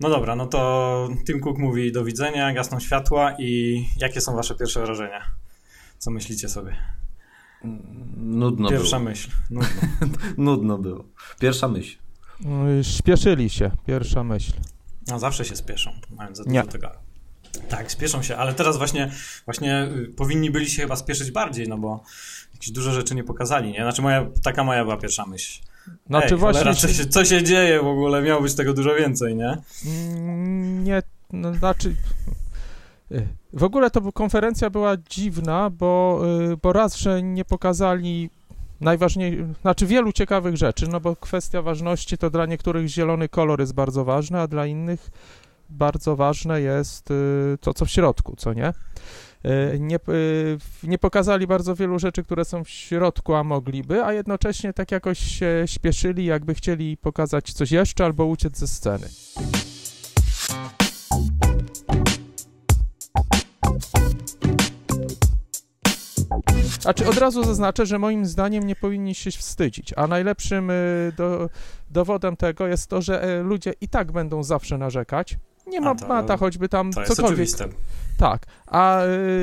No dobra, no to Tim Cook mówi do widzenia, gasną światła i jakie są wasze pierwsze wrażenia? Co myślicie sobie? Nudno Pierwsza było. myśl. Nudno. Nudno było. Pierwsza myśl. Śpieszyli się, pierwsza myśl. No zawsze się spieszą, mając za dużo tego. Tak, spieszą się, ale teraz właśnie powinni byli się chyba spieszyć bardziej, no bo jakieś duże rzeczy nie pokazali, nie? Znaczy taka moja była pierwsza myśl. Znaczy właśnie... co się dzieje w ogóle? Miało być tego dużo więcej, nie? Nie, no znaczy... W ogóle to konferencja była dziwna, bo raz, że nie pokazali znaczy wielu ciekawych rzeczy, no bo kwestia ważności to dla niektórych zielony kolor jest bardzo ważny, a dla innych bardzo ważne jest to, co w środku, co nie? Nie pokazali bardzo wielu rzeczy, które są w środku, a mogliby, a jednocześnie tak jakoś się śpieszyli, jakby chcieli pokazać coś jeszcze albo uciec ze sceny. Znaczy od razu zaznaczę, że moim zdaniem nie powinni się wstydzić, a najlepszym dowodem tego jest to, że ludzie i tak będą zawsze narzekać. Nie ma mata, choćby tam to cokolwiek. Jest oczywiste. Tak, a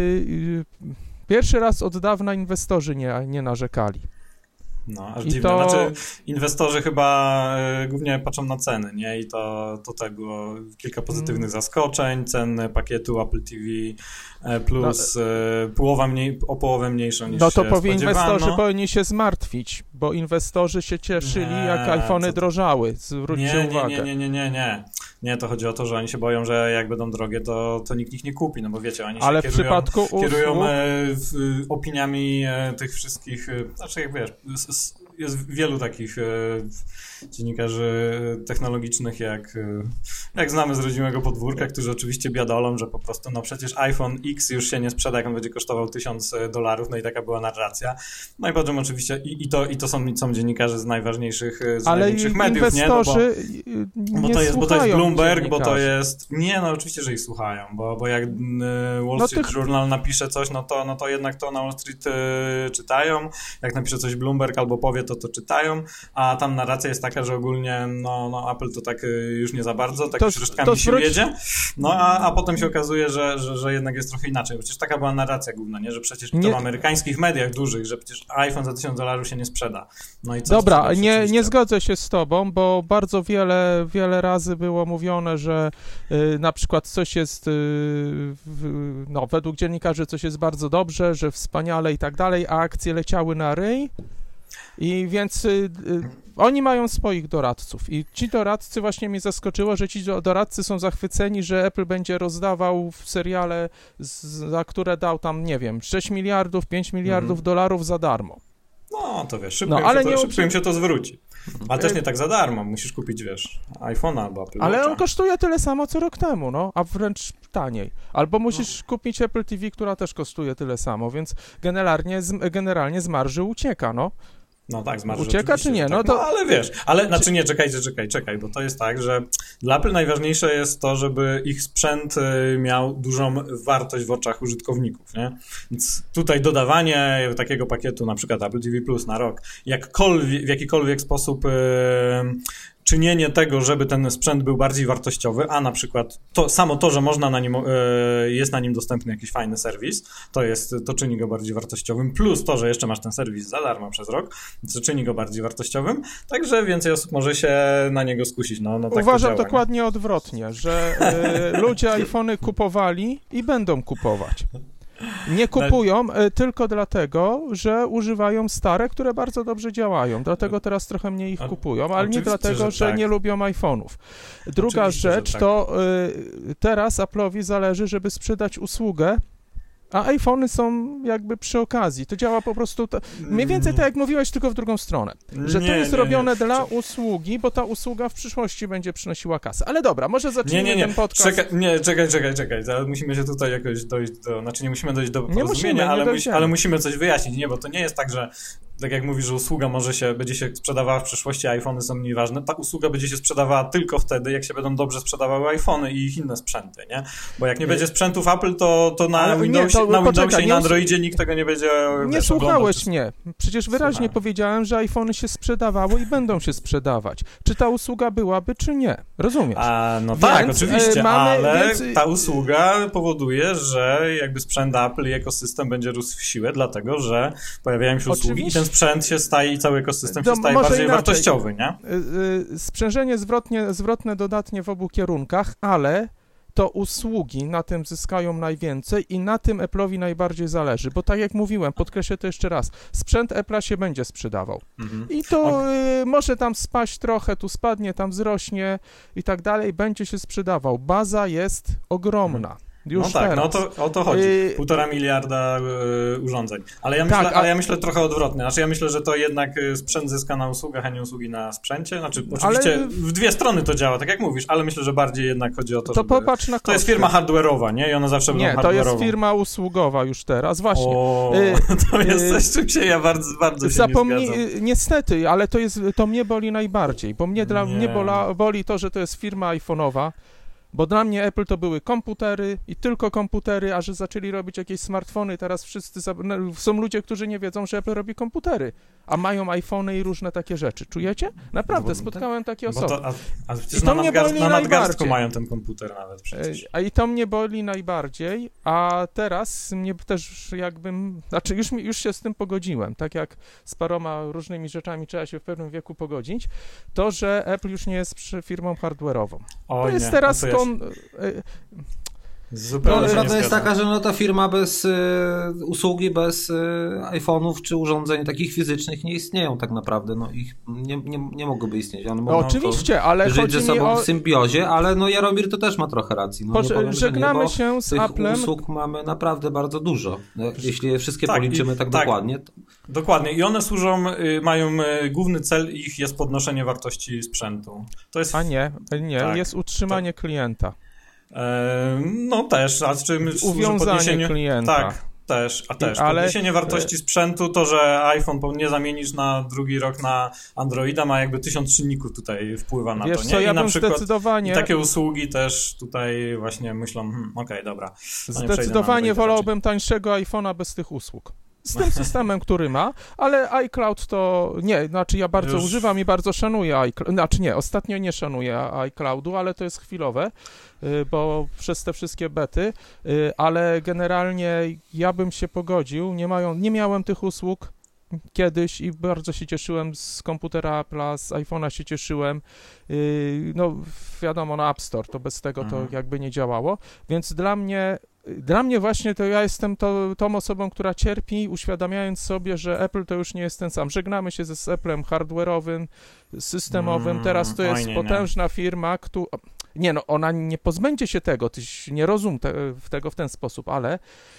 pierwszy raz od dawna inwestorzy nie narzekali. No, aż dziwne. Znaczy, inwestorzy chyba głównie patrzą na ceny, nie? I to tutaj było kilka pozytywnych zaskoczeń. Ceny pakietu Apple TV Plus o połowę mniejszą niż no to się inwestorzy powinni się zmartwić, bo inwestorzy się cieszyli, jak iPhony drożały. Zwróćcie uwagę. Nie, to chodzi o to, że oni się boją, że jak będą drogie, to nikt ich nie kupi, no bo wiecie, oni się ale w przypadku kierują opiniami tych wszystkich, znaczy jak wiesz, jest wielu takich dziennikarzy technologicznych, jak znamy z rodzimego podwórka, którzy oczywiście biadolą, że po prostu, no przecież iPhone X już się nie sprzeda, jak on będzie kosztował $1000, no i taka była narracja. No i potem oczywiście, i to są dziennikarze z najważniejszych, największych mediów, nie? No bo to jest Bloomberg, bo to jest... Nie, no oczywiście, że ich słuchają, bo jak Wall Street Journal napisze coś, no to jednak to na Wall Street czytają, jak napisze coś Bloomberg albo powie, to czytają, a tam narracja jest taka, że ogólnie no Apple to tak już nie za bardzo, tak już resztkami się jedzie, no a potem się okazuje, że jednak jest trochę inaczej, przecież taka była narracja główna, nie? Że przecież to w amerykańskich mediach dużych, że przecież iPhone za $1000 się nie sprzeda. No i co? Dobra, nie zgodzę się z tobą, bo bardzo wiele razy było mówione, że na przykład coś jest według dziennikarzy coś jest bardzo dobrze, że wspaniale i tak dalej, a akcje leciały na ryj. I więc oni mają swoich doradców i ci doradcy, właśnie mnie zaskoczyło, że ci doradcy są zachwyceni, że Apple będzie rozdawał seriale, za które dał tam, nie wiem, 6 miliardów, 5 miliardów dolarów za darmo. No, to wiesz, szybko im się to zwróci. Ale też nie tak za darmo, musisz kupić, wiesz, iPhone'a albo Apple Watcha. Ale on kosztuje tyle samo, co rok temu, no, a wręcz taniej. Albo musisz kupić Apple TV, która też kosztuje tyle samo, więc generalnie z marży ucieka, no. No tak, z marży ucieka czy nie? Tak, no to... ale wiesz, znaczy nie, czekaj, bo to jest tak, że dla Apple najważniejsze jest to, żeby ich sprzęt miał dużą wartość w oczach użytkowników, nie? Więc tutaj dodawanie takiego pakietu, na przykład Apple TV Plus na rok, w jakikolwiek sposób czynienie tego, żeby ten sprzęt był bardziej wartościowy, a na przykład to, że można jest na nim dostępny jakiś fajny serwis, to czyni go bardziej wartościowym, plus to, że jeszcze masz ten serwis za darmo przez rok, co czyni go bardziej wartościowym, także więcej osób może się na niego skusić. No, tak uważam dokładnie odwrotnie, że ludzie iPhony kupowali i będą kupować. Nie kupują tylko dlatego, że używają stare, które bardzo dobrze działają. Dlatego teraz trochę mniej ich kupują, ale nie dlatego, że nie lubią iPhone'ów. Druga rzecz to teraz Apple'owi zależy, żeby sprzedać usługę, a iPhony są jakby przy okazji. To działa po prostu mniej więcej tak, jak mówiłeś, tylko w drugą stronę. Że to jest robione dla usługi, bo ta usługa w przyszłości będzie przynosiła kasę. Ale dobra, może zacznijmy ten podcast. Czekaj. Musimy się tutaj jakoś dojść do... Znaczy nie musimy dojść do porozumienia, ale musimy coś wyjaśnić. Nie, bo to nie jest tak, że tak jak mówisz, że usługa będzie się sprzedawała w przyszłości, a iPhony są mniej ważne, ta usługa będzie się sprzedawała tylko wtedy, jak się będą dobrze sprzedawały iPhony i ich inne sprzęty, nie? Bo jak nie będzie sprzętów Apple, to na Windowsie i na Androidzie nikt tego nie będzie... Nie słuchałeś mnie. Przecież wyraźnie powiedziałem, że iPhony się sprzedawały i będą się sprzedawać. Czy ta usługa byłaby, czy nie? Rozumiesz? No tak, oczywiście, ale ta usługa powoduje, że jakby sprzęt Apple i ekosystem będzie rósł w siłę, dlatego, że pojawiają się usługi i ten sprzęt się staje, i cały ekosystem się staje bardziej wartościowy, nie? Sprzężenie zwrotne dodatnie w obu kierunkach, ale to usługi na tym zyskają najwięcej i na tym Apple'owi najbardziej zależy, bo tak jak mówiłem, podkreślę to jeszcze raz, sprzęt Apple'a się będzie sprzedawał i to może tam spaść trochę, tu spadnie, tam wzrośnie i tak dalej, będzie się sprzedawał. Baza jest ogromna. Już no tak, teraz. No o to chodzi. 1,5 miliarda urządzeń. Ale ja myślę trochę odwrotnie. Znaczy ja myślę, że to jednak sprzęt zyska na usługach, a nie usługi na sprzęcie. Znaczy oczywiście w dwie strony to działa, tak jak mówisz, ale myślę, że bardziej jednak chodzi o to, żeby... popatrz na koszty. To jest firma hardware'owa, nie? I ona zawsze będzie hardware'ową. Nie, to jest firma usługowa już teraz, właśnie. To jest coś, z czym się ja bardzo się nie zgadzam. Niestety, ale to mnie boli najbardziej, bo mnie boli to, że to jest firma iPhone'owa. Bo dla mnie Apple to były komputery i tylko komputery, a że zaczęli robić jakieś smartfony, teraz wszyscy... Są ludzie, którzy nie wiedzą, że Apple robi komputery, a mają iPhony i różne takie rzeczy. Czujecie? Naprawdę, spotkałem takie osoby. A przecież na nadgarstku mają ten komputer nawet przecież. I to mnie boli najbardziej, a teraz mnie też jakbym... Znaczy już się z tym pogodziłem, tak jak z paroma różnymi rzeczami trzeba się w pewnym wieku pogodzić, to, że Apple już nie jest firmą hardware'ową. To jest teraz... Prawda jest taka, że ta firma bez usługi, bez iPhone'ów czy urządzeń takich fizycznych nie istnieją tak naprawdę. Ich nie mogłyby istnieć. One mogą oczywiście, ale żyć ze sobą w symbiozie, ale Jaromir to też ma trochę racji. Żegnamy się z Applem. Usług mamy naprawdę bardzo dużo. Jeśli je wszystkie policzymy tak dokładnie. Dokładnie. I one mają główny cel ich jest podnoszenie wartości sprzętu. To jest... jest utrzymanie klienta. No też, a czym uwiązanie klienta. Tak, podniesienie wartości sprzętu, to, że iPhone nie zamienisz na drugi rok na Androida, ma jakby 1000 czynników tutaj wpływa na to, nie? Co, ja bym zdecydowanie... I takie usługi też tutaj właśnie myślą, dobra. Zdecydowanie wolałbym tańszego iPhone'a bez tych usług. Z tym systemem, który ma, ale iCloud to nie, znaczy ja bardzo używam i bardzo szanuję iCloud, ostatnio nie szanuję iCloudu, ale to jest chwilowe, bo przez te wszystkie bety, ale generalnie ja bym się pogodził, nie miałem tych usług kiedyś i bardzo się cieszyłem z komputera Apple'a, z iPhone'a się cieszyłem, wiadomo, na App Store, to bez tego to jakby nie działało, więc dla mnie właśnie to ja jestem tą osobą, która cierpi, uświadamiając sobie, że Apple to już nie jest ten sam. Żegnamy się z Apple'em hardware'owym, systemowym, teraz to jest potężna firma, która... ona nie pozbędzie się tego, tyś nie rozum tego w ten sposób, ale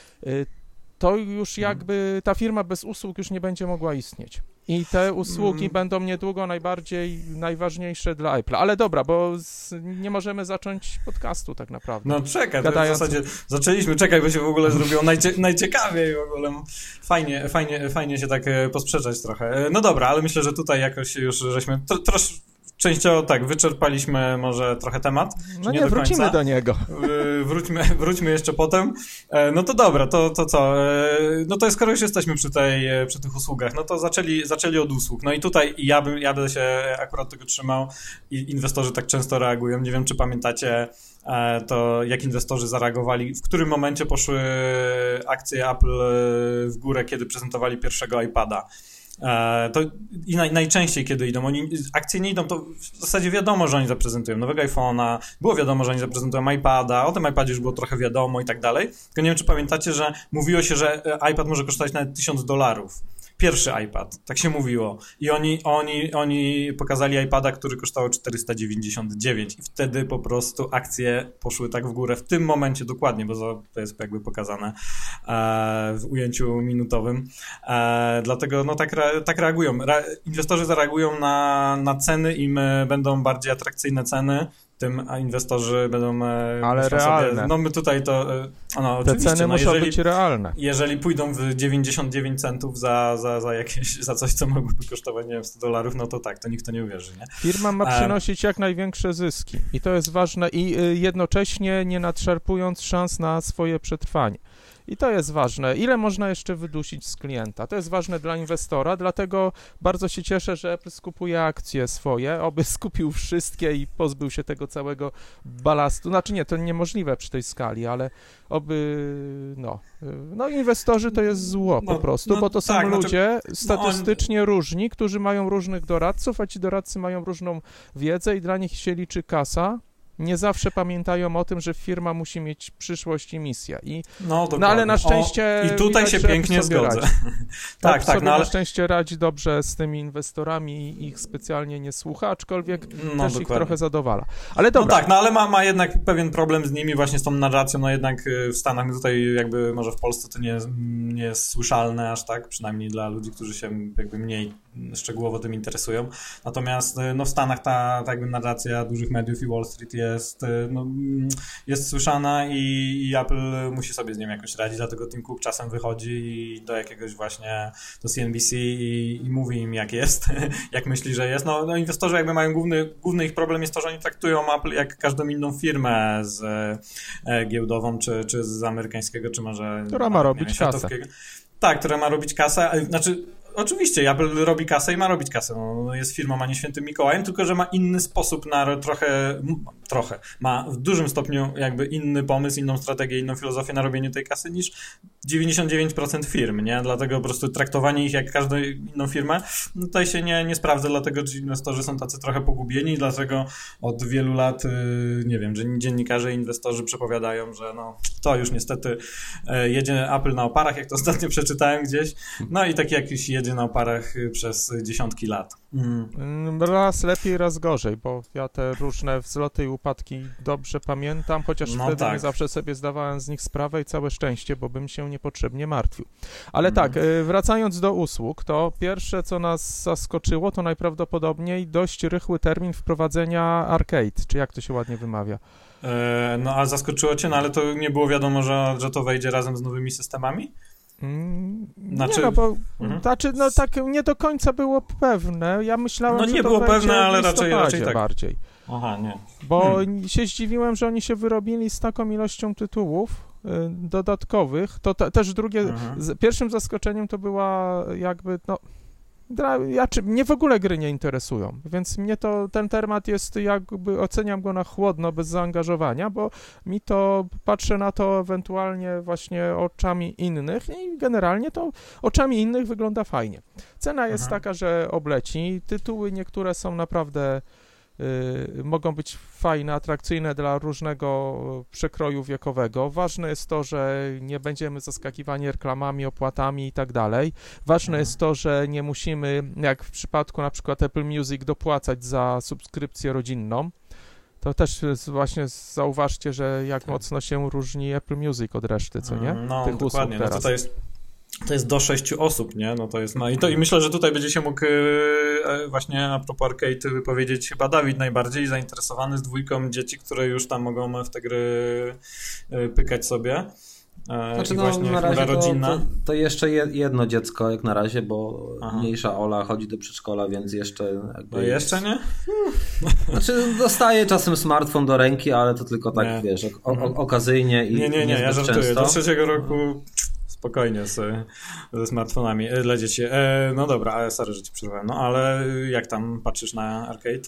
to już jakby ta firma bez usług już nie będzie mogła istnieć. I te usługi będą niedługo najważniejsze dla Apple'a. Ale dobra, bo nie możemy zacząć podcastu tak naprawdę. No czekaj, to w zasadzie zaczęliśmy, bo się w ogóle zrobiło najciekawiej w ogóle. Fajnie się tak posprzeczać trochę. No dobra, ale myślę, że tutaj jakoś już żeśmy częściowo wyczerpaliśmy może trochę temat. Wrócimy do niego. Wróćmy jeszcze potem. No to dobra, to co? No to skoro już jesteśmy przy tych usługach, no to zaczęli od usług. No i tutaj ja będę się akurat tego trzymał i inwestorzy tak często reagują. Nie wiem, czy pamiętacie to, jak inwestorzy zareagowali, w którym momencie poszły akcje Apple w górę, kiedy prezentowali pierwszego iPada. To i najczęściej kiedy idą, akcje nie idą, to w zasadzie wiadomo, że oni zaprezentują nowego iPhone'a, było wiadomo, że oni zaprezentują iPada, o tym iPadzie już było trochę wiadomo i tak dalej, tylko nie wiem, czy pamiętacie, że mówiło się, że iPad może kosztować nawet $1000. Pierwszy iPad, tak się mówiło. I oni pokazali iPada, który kosztował 499 i wtedy po prostu akcje poszły tak w górę w tym momencie dokładnie, bo to jest jakby pokazane w ujęciu minutowym. Dlatego tak reagują. Inwestorzy zareagują na ceny, im będą bardziej atrakcyjne ceny, tym inwestorzy będą... Ale realne. Sobie, no my tutaj to... Te ceny muszą być realne. Jeżeli pójdą w 99 centów za coś, co mogłoby kosztować, nie wiem, $100, no to tak, to nikt to nie uwierzy, nie? Firma ma przynosić jak największe zyski i to jest ważne i jednocześnie nie nadszarpując szans na swoje przetrwanie. I to jest ważne. Ile można jeszcze wydusić z klienta? To jest ważne dla inwestora, dlatego bardzo się cieszę, że Apple skupuje akcje swoje, oby skupił wszystkie i pozbył się tego całego balastu. Znaczy nie, to niemożliwe przy tej skali, ale oby, no inwestorzy to jest zło po prostu, bo to są ludzie statystycznie różni, którzy mają różnych doradców, a ci doradcy mają różną wiedzę i dla nich się liczy kasa. Nie zawsze pamiętają o tym, że firma musi mieć przyszłość i misję. No ale na szczęście... I tutaj się pięknie zgodzę. Tak, ale... na szczęście radzi dobrze z tymi inwestorami i ich specjalnie nie słucha, aczkolwiek też ich trochę zadowala. Ale dobra. No tak, ale ma jednak pewien problem z nimi właśnie z tą narracją, no jednak w Stanach, tutaj jakby może w Polsce to nie jest słyszalne aż tak, przynajmniej dla ludzi, którzy się jakby mniej szczegółowo tym interesują. Natomiast w Stanach ta jakby narracja dużych mediów i Wall Street jest słyszana i Apple musi sobie z nim jakoś radzić, dlatego Tim Cook czasem wychodzi do jakiegoś właśnie do CNBC i mówi im jak jest, jak myśli, że jest. No inwestorzy jakby mają główny ich problem jest to, że oni traktują Apple jak każdą inną firmę giełdową, czy z amerykańskiego, czy może... Która ma robić kasę. Tak, która ma robić kasę, znaczy... Oczywiście, Apple robi kasę i ma robić kasę. No, jest firmą, a nie świętym Mikołajem, tylko że ma inny sposób na trochę. Ma w dużym stopniu jakby inny pomysł, inną strategię, inną filozofię na robienie tej kasy niż 99% firm, nie? Dlatego po prostu traktowanie ich jak każdą inną firmę tutaj się nie sprawdza, dlatego ci inwestorzy są tacy trochę pogubieni, dlatego od wielu lat, nie wiem, że dziennikarze i inwestorzy przepowiadają, że to już niestety jedzie Apple na oparach, jak to ostatnio przeczytałem gdzieś, no i tak jakiś jedzie na oparach przez dziesiątki lat. Raz lepiej, raz gorzej, bo ja te różne wzloty i upadki dobrze pamiętam, chociaż wtedy nie zawsze sobie zdawałem z nich sprawę i całe szczęście, bo bym się niepotrzebnie martwił. Ale tak, wracając do usług, to pierwsze, co nas zaskoczyło, to najprawdopodobniej dość rychły termin wprowadzenia Arcade, czy jak to się ładnie wymawia? A zaskoczyło cię, ale to nie było wiadomo, że to wejdzie razem z nowymi systemami? Tak nie do końca było pewne. Ja myślałem, że nie to było pewne, ale raczej tak. Bardziej. Aha, nie. Bo się zdziwiłem, że oni się wyrobili z taką ilością tytułów dodatkowych. To też drugie, pierwszym zaskoczeniem to była jakby, mnie w ogóle gry nie interesują, więc mnie ten temat jest jakby, oceniam go na chłodno, bez zaangażowania, bo mi to, patrzę na to ewentualnie właśnie oczami innych i generalnie to oczami innych wygląda fajnie. Cena jest taka, że obleci, tytuły niektóre są naprawdę mogą być fajne, atrakcyjne dla różnego przekroju wiekowego. Ważne jest to, że nie będziemy zaskakiwani reklamami, opłatami i tak dalej. Ważne jest to, że nie musimy, jak w przypadku na przykład Apple Music, dopłacać za subskrypcję rodzinną. To też właśnie zauważcie, że jak mocno się różni Apple Music od reszty, co nie? Tych dokładnie. Usług teraz. To jest do 6 osób, nie? No to jest, i myślę, że tutaj będzie się mógł właśnie a propos Arcade wypowiedzieć chyba Dawid najbardziej zainteresowany z 2 dzieci, które już tam mogą w te gry pykać sobie. Znaczy, na razie to jeszcze jedno dziecko jak na razie, bo mniejsza Ola chodzi do przedszkola, więc jeszcze jakby jeszcze nie? Znaczy dostaje czasem smartfon do ręki, ale to tylko tak, wiesz, okazyjnie i nie, ja żartuję. Często. Do 3 roku spokojnie ze smartfonami dla dzieci. No dobra, sorry, że ci przerwałem. Ale jak tam patrzysz na Arcade?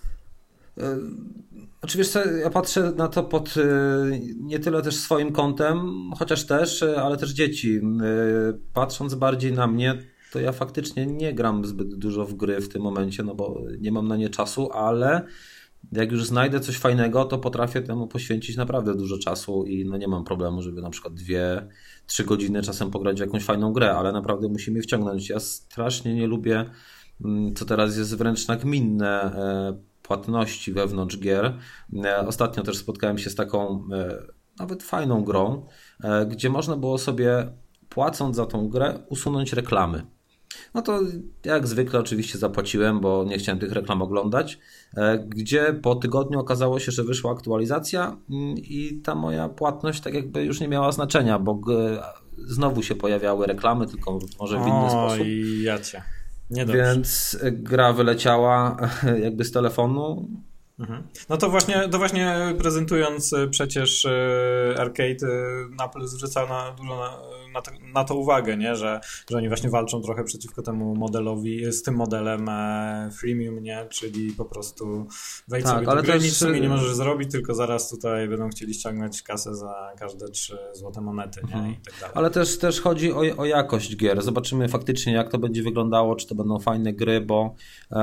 Znaczy wiesz co, ja patrzę na to pod nie tyle też swoim kątem, chociaż też, ale też dzieci. Patrząc bardziej na mnie, to ja faktycznie nie gram zbyt dużo w gry w tym momencie, no bo nie mam na nie czasu, ale jak już znajdę coś fajnego, to potrafię temu poświęcić naprawdę dużo czasu i nie mam problemu, żeby na przykład 2-3 godziny czasem pograć w jakąś fajną grę, ale naprawdę musi mnie wciągnąć. Ja strasznie nie lubię, co teraz jest wręcz nagminne, płatności wewnątrz gier. Ostatnio też spotkałem się z taką nawet fajną grą, gdzie można było sobie, płacąc za tą grę, usunąć reklamy. No to jak zwykle oczywiście zapłaciłem, bo nie chciałem tych reklam oglądać, gdzie po tygodniu okazało się, że wyszła aktualizacja i ta moja płatność tak jakby już nie miała znaczenia, bo znowu się pojawiały reklamy, tylko może w inny sposób. I ja cię. Niedobrze. Więc gra wyleciała jakby z telefonu. No to właśnie prezentując przecież Arcade, Apple zwraca dużo na to uwagę, nie? Że oni właśnie walczą trochę przeciwko temu modelowi, z tym modelem freemium, nie? Czyli po prostu wejdź sobie do gry, nic w sumie nie możesz zrobić, tylko zaraz tutaj będą chcieli ściągnąć kasę za każde 3 złote monety, nie? I tak dalej. Ale też chodzi o jakość gier. Zobaczymy faktycznie, jak to będzie wyglądało, czy to będą fajne gry, bo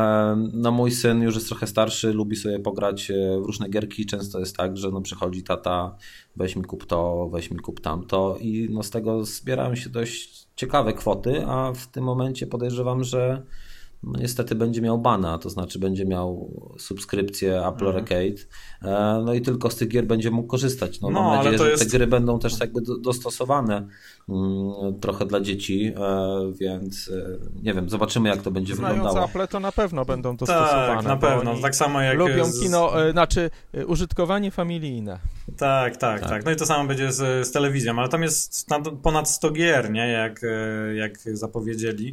no mój syn już jest trochę starszy, lubi sobie pograć w różne gierki. Często jest tak, że no przychodzi tata, weź mi kup to, weź mi kup tamto i no z tego zbierają się dość ciekawe kwoty, a w tym momencie podejrzewam, że no niestety będzie miał bana, to znaczy będzie miał subskrypcję Apple Arcade, no i tylko z tych gier będzie mógł korzystać. No mam nadzieję, że te gry będą też jakby dostosowane trochę dla dzieci, więc nie wiem, zobaczymy, jak to będzie wyglądało. Znając Apple, to na pewno będą dostosowane. Tak, na pewno. Tak samo jak lubią kino, znaczy użytkowanie familijne. Tak. No i to samo będzie z telewizją, ale tam jest ponad 100 gier, nie? Jak zapowiedzieli.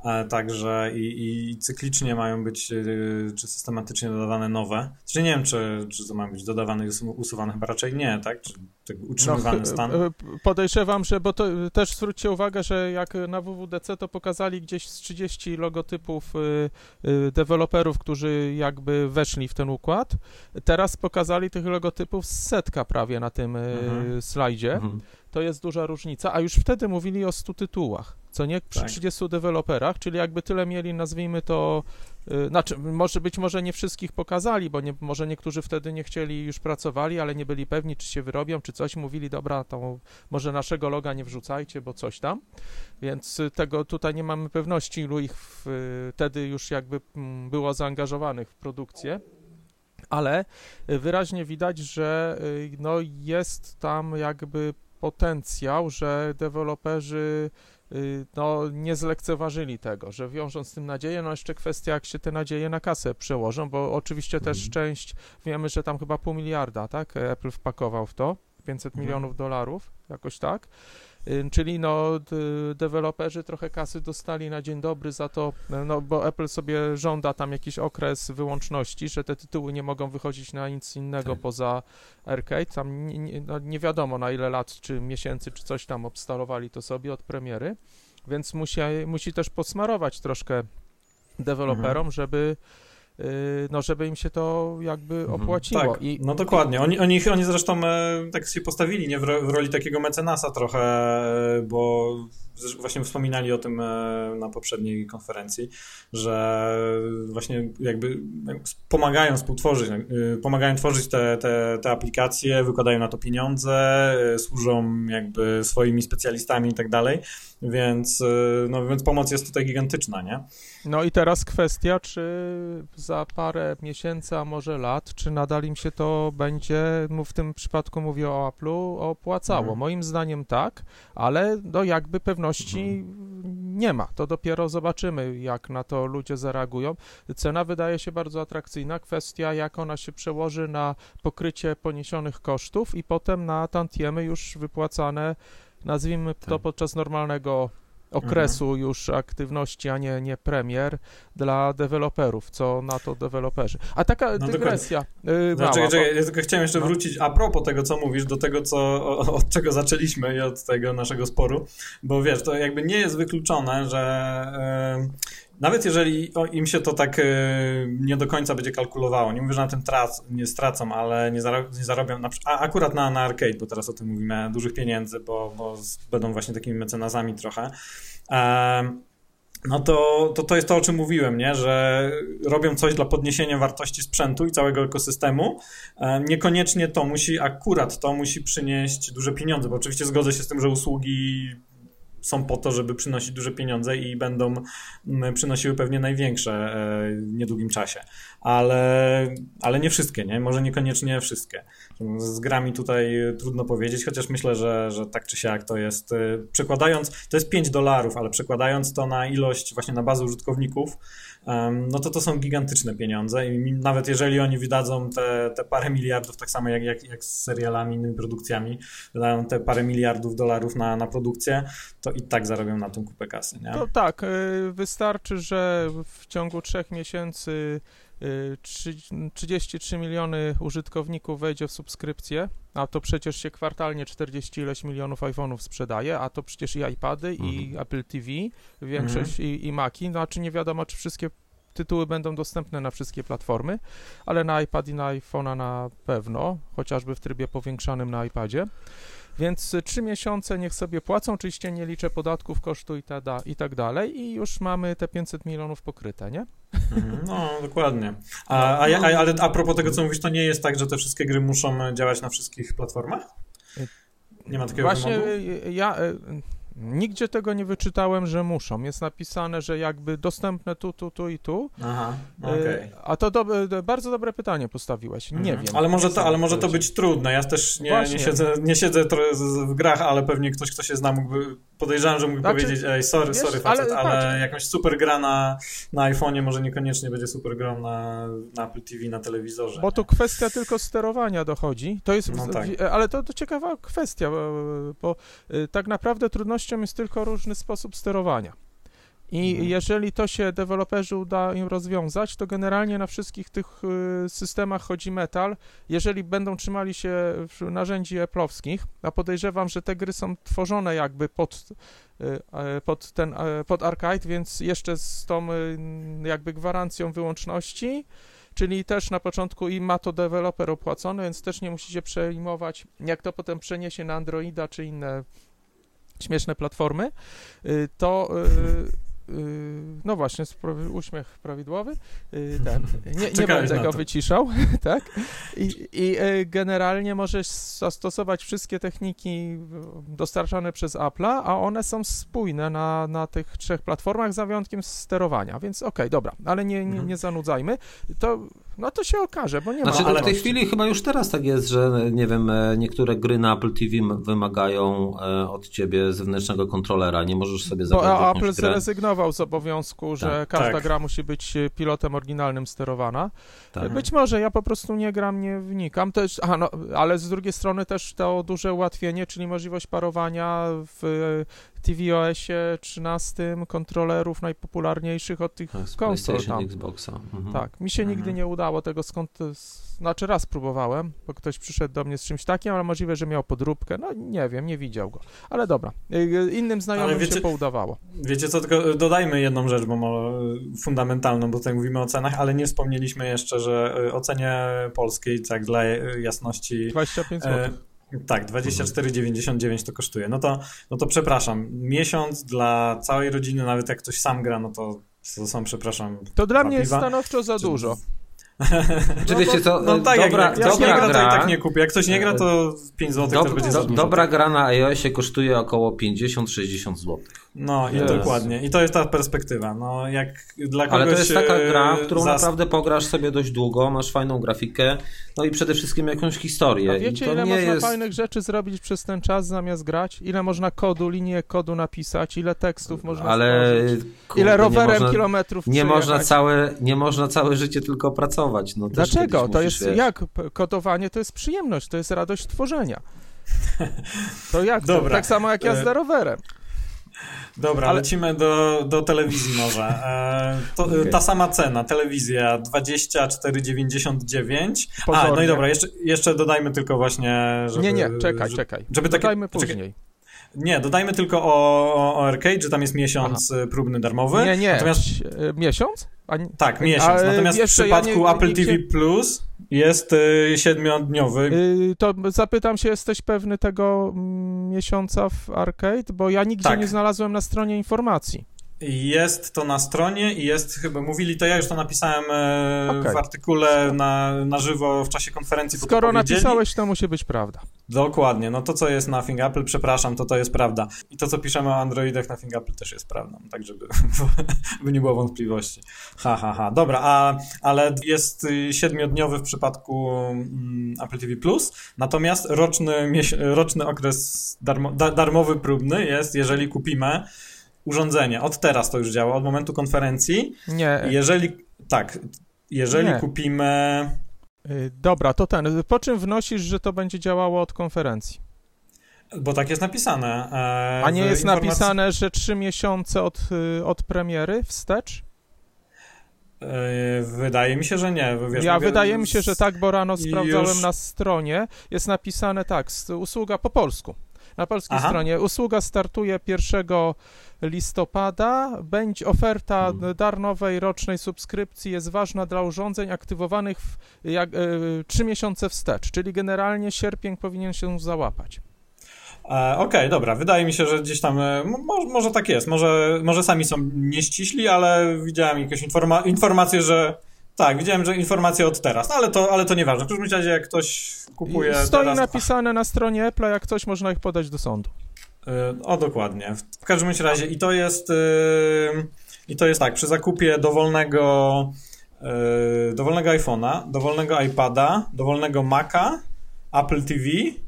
Także i cyklicznie mają być, czy systematycznie dodawane nowe. Czyli nie wiem, czy to ma być dodawane i usuwane, chyba raczej nie, tak? Czy utrzymywany stan? Podejrzewam, że, bo to też zwróćcie uwagę, że jak na WWDC to pokazali gdzieś z 30 logotypów deweloperów, którzy jakby weszli w ten układ. Teraz pokazali tych logotypów z setka prawie na tym slajdzie. To jest duża różnica, a już wtedy mówili o 100 tytułach, co nie przy 30 deweloperach, czyli jakby tyle mieli, nazwijmy to, znaczy może nie wszystkich pokazali, bo może niektórzy wtedy nie chcieli, już pracowali, ale nie byli pewni, czy się wyrobią, czy coś, mówili, dobra, to może naszego loga nie wrzucajcie, bo coś tam, więc tego tutaj nie mamy pewności, ilu ich wtedy już jakby było zaangażowanych w produkcję. Ale wyraźnie widać, że no jest tam jakby potencjał, że deweloperzy no, nie zlekceważyli tego, że wiążą z tym nadzieję, no jeszcze kwestia, jak się te nadzieje na kasę przełożą, bo oczywiście też część, wiemy, że tam chyba $500 miliarda, tak, Apple wpakował w to, $500 milionów, jakoś tak, czyli no deweloperzy trochę kasy dostali na dzień dobry za to, no bo Apple sobie żąda tam jakiś okres wyłączności, że te tytuły nie mogą wychodzić na nic innego poza Arcade, tam nie wiadomo na ile lat, czy miesięcy, czy coś tam obstalowali to sobie od premiery, więc musi też posmarować troszkę deweloperom, żeby im się to jakby opłaciło. Tak, no dokładnie. Oni zresztą tak się postawili, nie, w roli takiego mecenasa trochę, bo właśnie wspominali o tym na poprzedniej konferencji, że właśnie jakby pomagają współtworzyć, pomagają tworzyć te aplikacje, wykładają na to pieniądze, służą jakby swoimi specjalistami i tak dalej, więc pomoc jest tutaj gigantyczna, nie? No i teraz kwestia, czy za parę miesięcy, a może lat, czy nadal im się to będzie, w tym przypadku mówię o Apple'u, opłacało. Moim zdaniem tak, ale no jakby pewności nie ma. To dopiero zobaczymy, jak na to ludzie zareagują. Cena wydaje się bardzo atrakcyjna. Kwestia, jak ona się przełoży na pokrycie poniesionych kosztów i potem na tantiemy już wypłacane, nazwijmy to podczas normalnego okresu już aktywności, a nie premier dla deweloperów, co na to deweloperzy. A taka dygresja mała. Czekaj, ja tylko chciałem jeszcze wrócić a propos tego, co mówisz, do tego, od czego zaczęliśmy i od tego naszego sporu, bo wiesz, to jakby nie jest wykluczone, że nawet jeżeli im się to tak nie do końca będzie kalkulowało, nie mówię, że na tym nie stracą, ale nie zarobią, akurat na Arcade, bo teraz o tym mówimy, dużych pieniędzy, bo będą właśnie takimi mecenazami trochę, no to jest to, o czym mówiłem, nie? Że robią coś dla podniesienia wartości sprzętu i całego ekosystemu. Niekoniecznie to musi przynieść duże pieniądze, bo oczywiście zgodzę się z tym, że usługi są po to, żeby przynosić duże pieniądze i będą przynosiły pewnie największe w niedługim czasie. Ale nie wszystkie, nie? Może niekoniecznie wszystkie. Z grami tutaj trudno powiedzieć, chociaż myślę, że tak czy siak to jest, przekładając, to jest $5, ale przekładając to na ilość, właśnie na bazę użytkowników, no to są gigantyczne pieniądze i nawet jeżeli oni wydadzą te parę miliardów, tak samo jak z serialami, innymi produkcjami, wydają te parę miliardów dolarów na produkcję, to i tak zarobią na tym kupę kasy, nie? To tak, wystarczy, że w ciągu 3 miesięcy 33 miliony użytkowników wejdzie w subskrypcję, a to przecież się kwartalnie 40 ileś milionów iPhone'ów sprzedaje, a to przecież i iPady, i Apple TV, większość i Maci, znaczy nie wiadomo, czy wszystkie tytuły będą dostępne na wszystkie platformy, ale na iPad i na iPhone'a na pewno, chociażby w trybie powiększanym na iPadzie. Więc 3 miesiące niech sobie płacą, oczywiście nie liczę podatków, kosztu i tak dalej i już mamy te 500 milionów pokryte, nie? No, dokładnie. Ale a propos tego, co mówisz, to nie jest tak, że te wszystkie gry muszą działać na wszystkich platformach? Nie ma takiego Właśnie wymogu? ja nigdzie tego nie wyczytałem, że muszą. Jest napisane, że jakby dostępne tu i tu. Aha, okej. A to bardzo dobre pytanie postawiłeś. Nie wiem. Ale może to być trudne. Ja też nie siedzę w grach, ale pewnie ktoś, kto się zna, podejrzewam, że mógłby powiedzieć, sorry facet, ale jakąś super gra na iPhone'ie może niekoniecznie będzie super grą na Apple TV, na telewizorze. Bo tu kwestia tylko sterowania dochodzi. To jest, ale to ciekawa kwestia, bo tak naprawdę trudnością jest tylko różny sposób sterowania. I jeżeli to się deweloperzy uda im rozwiązać, to generalnie na wszystkich tych systemach chodzi metal. Jeżeli będą trzymali się narzędzi Apple'owskich, a podejrzewam, że te gry są tworzone jakby pod Arcade, więc jeszcze z tą jakby gwarancją wyłączności, czyli też na początku i ma to deweloper opłacone, więc też nie musicie przejmować, jak to potem przeniesie na Androida czy inne śmieszne platformy, to no właśnie, uśmiech prawidłowy, nie będę go wyciszał, tak? I generalnie możesz zastosować wszystkie techniki dostarczane przez Apple'a, a one są spójne na tych 3 platformach, za wyjątkiem sterowania, więc okej, dobra, ale nie zanudzajmy. To się okaże, bo nie ma... Znaczy, w tej chwili chyba już teraz tak jest, że nie wiem, niektóre gry na Apple TV wymagają od ciebie zewnętrznego kontrolera, nie możesz sobie zabrać jakąś Apple grę. zrezygnował z obowiązku, że każda gra musi być pilotem oryginalnym sterowana. Tak. Być może ja po prostu nie gram, nie wnikam, ale z drugiej strony też to duże ułatwienie, czyli możliwość parowania w tvOS-ie 13 kontrolerów najpopularniejszych od tych konsol tam. Xboxa. Tak, mi się nigdy nie udało tego znaczy raz próbowałem, bo ktoś przyszedł do mnie z czymś takim, ale możliwe, że miał podróbkę, no nie wiem, nie widział go, ale dobra, innym znajomym się poudawało. Wiecie co, tylko dodajmy jedną rzecz, bo fundamentalną, bo tutaj mówimy o cenach, ale nie wspomnieliśmy jeszcze, że o cenie polskiej, tak dla jasności... 25 zł. Tak, 24,99 to kosztuje. No to przepraszam, miesiąc dla całej rodziny, nawet jak ktoś sam gra, no to są, przepraszam... To dla mnie jest stanowczo za dużo. Czy wiecie co, no tak, jak ktoś nie gra, to i tak nie kupi. Jak ktoś nie gra, to 5 zł też będzie za dużo. Dobra gra na iOSie kosztuje około 50-60 zł. No i dokładnie. I to jest ta perspektywa. No, jak dla kogoś, ale to jest taka gra, w którą naprawdę pograsz sobie dość długo, masz fajną grafikę, no i przede wszystkim jakąś historię. A wiecie, ile można fajnych rzeczy zrobić przez ten czas zamiast grać? Ile można linię kodu napisać? Ile tekstów można stworzyć? Ile rowerem kilometrów nie można całe życie tylko pracować. No, dlaczego? To jest jak? Kodowanie to jest przyjemność, to jest radość tworzenia. To jak? Dobra. Tak samo jak jazda rowerem. Dobra, lecimy do telewizji może. Ta sama cena, telewizja 24,99. No i dobra, jeszcze dodajmy tylko właśnie... Czekaj. Dodajmy później. Nie, dodajmy tylko o Arcade, że tam jest miesiąc próbny darmowy. Nie. Natomiast... Miesiąc? Tak, miesiąc. Natomiast w przypadku Apple TV Plus jest 7-dniowy. To zapytam się, jesteś pewny tego miesiąca w Arcade? Bo ja nigdzie nie znalazłem na stronie informacji. Jest to na stronie i jest chyba, mówili to, ja już to napisałem w artykule na żywo w czasie konferencji. Skoro napisałeś, to musi być prawda. Dokładnie, no to co jest Nothing Apple, przepraszam, to jest prawda. I to co piszemy o Androidach Nothing Apple też jest prawdą, tak żeby nie było wątpliwości. Dobra, ale jest 7-dniowy w przypadku Apple TV+, natomiast roczny okres darmowy próbny jest, jeżeli kupimy urządzenie. Od teraz to już działa, od momentu konferencji. Nie. Jeżeli kupimy... Dobra, to po czym wnosisz, że to będzie działało od konferencji? Bo tak jest napisane. A nie jest napisane, że 3 miesiące od premiery wstecz? Wydaje mi się, że nie. Wiesz, wydaje mi się, że tak, bo rano sprawdzałem na stronie. Jest napisane tak, usługa po polsku. Na polskiej stronie. Usługa startuje 1 listopada. Oferta darmowej rocznej subskrypcji jest ważna dla urządzeń aktywowanych 3 miesiące wstecz, czyli generalnie sierpień powinien się załapać. Okej, dobra. Wydaje mi się, że gdzieś tam może tak jest. Może sami są nieściśli, ale widziałem jakieś informacje, że tak, widziałem, że informacje od teraz, no ale to nieważne. W każdym razie, jak ktoś kupuje stoi teraz... napisane na stronie Apple, jak coś można ich podać do sądu. Dokładnie. W każdym razie i to jest tak, przy zakupie dowolnego iPhone'a, dowolnego iPada, dowolnego Maca, Apple TV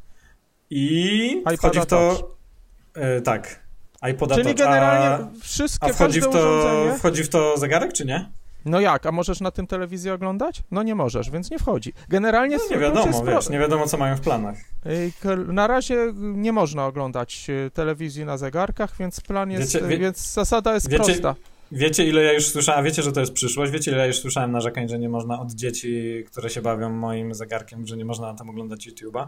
i wchodzi w to... tak, iPoda Czyli Touch. generalnie wszystkie, urządzenie... Wchodzi w to zegarek, czy nie? No jak? A możesz na tym telewizję oglądać? No nie możesz, więc nie wchodzi. Generalnie nie wiadomo, nie wiadomo, co mają w planach. Na razie nie można oglądać telewizji na zegarkach, więc plan jest, więc zasada jest prosta. Wiecie, ile ja już słyszałem, wiecie, że to jest przyszłość, wiecie, ile ja już słyszałem narzekań, że nie można od dzieci, które się bawią moim zegarkiem, że nie można tam oglądać YouTube'a.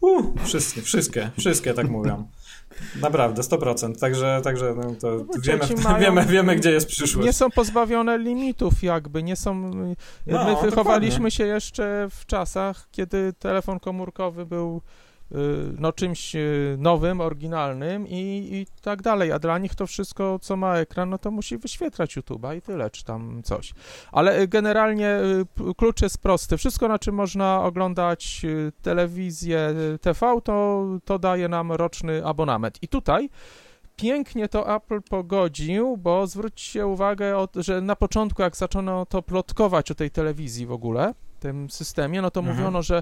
Wszystkie tak mówią. Naprawdę, 100%. Także no, to wiemy, gdzie jest przyszłość. Nie są pozbawione limitów jakby, nie są... My wychowaliśmy się jeszcze w czasach, kiedy telefon komórkowy był czymś nowym, oryginalnym i tak dalej, a dla nich to wszystko, co ma ekran, no to musi wyświetlać YouTube'a i tyle, czy tam coś. Ale generalnie klucz jest prosty. Wszystko, na czym można oglądać telewizję, TV, to daje nam roczny abonament. I tutaj pięknie to Apple pogodził, bo zwróćcie uwagę, że na początku, jak zaczęto to plotkować o tej telewizji w ogóle, tym systemie, no to mówiono, że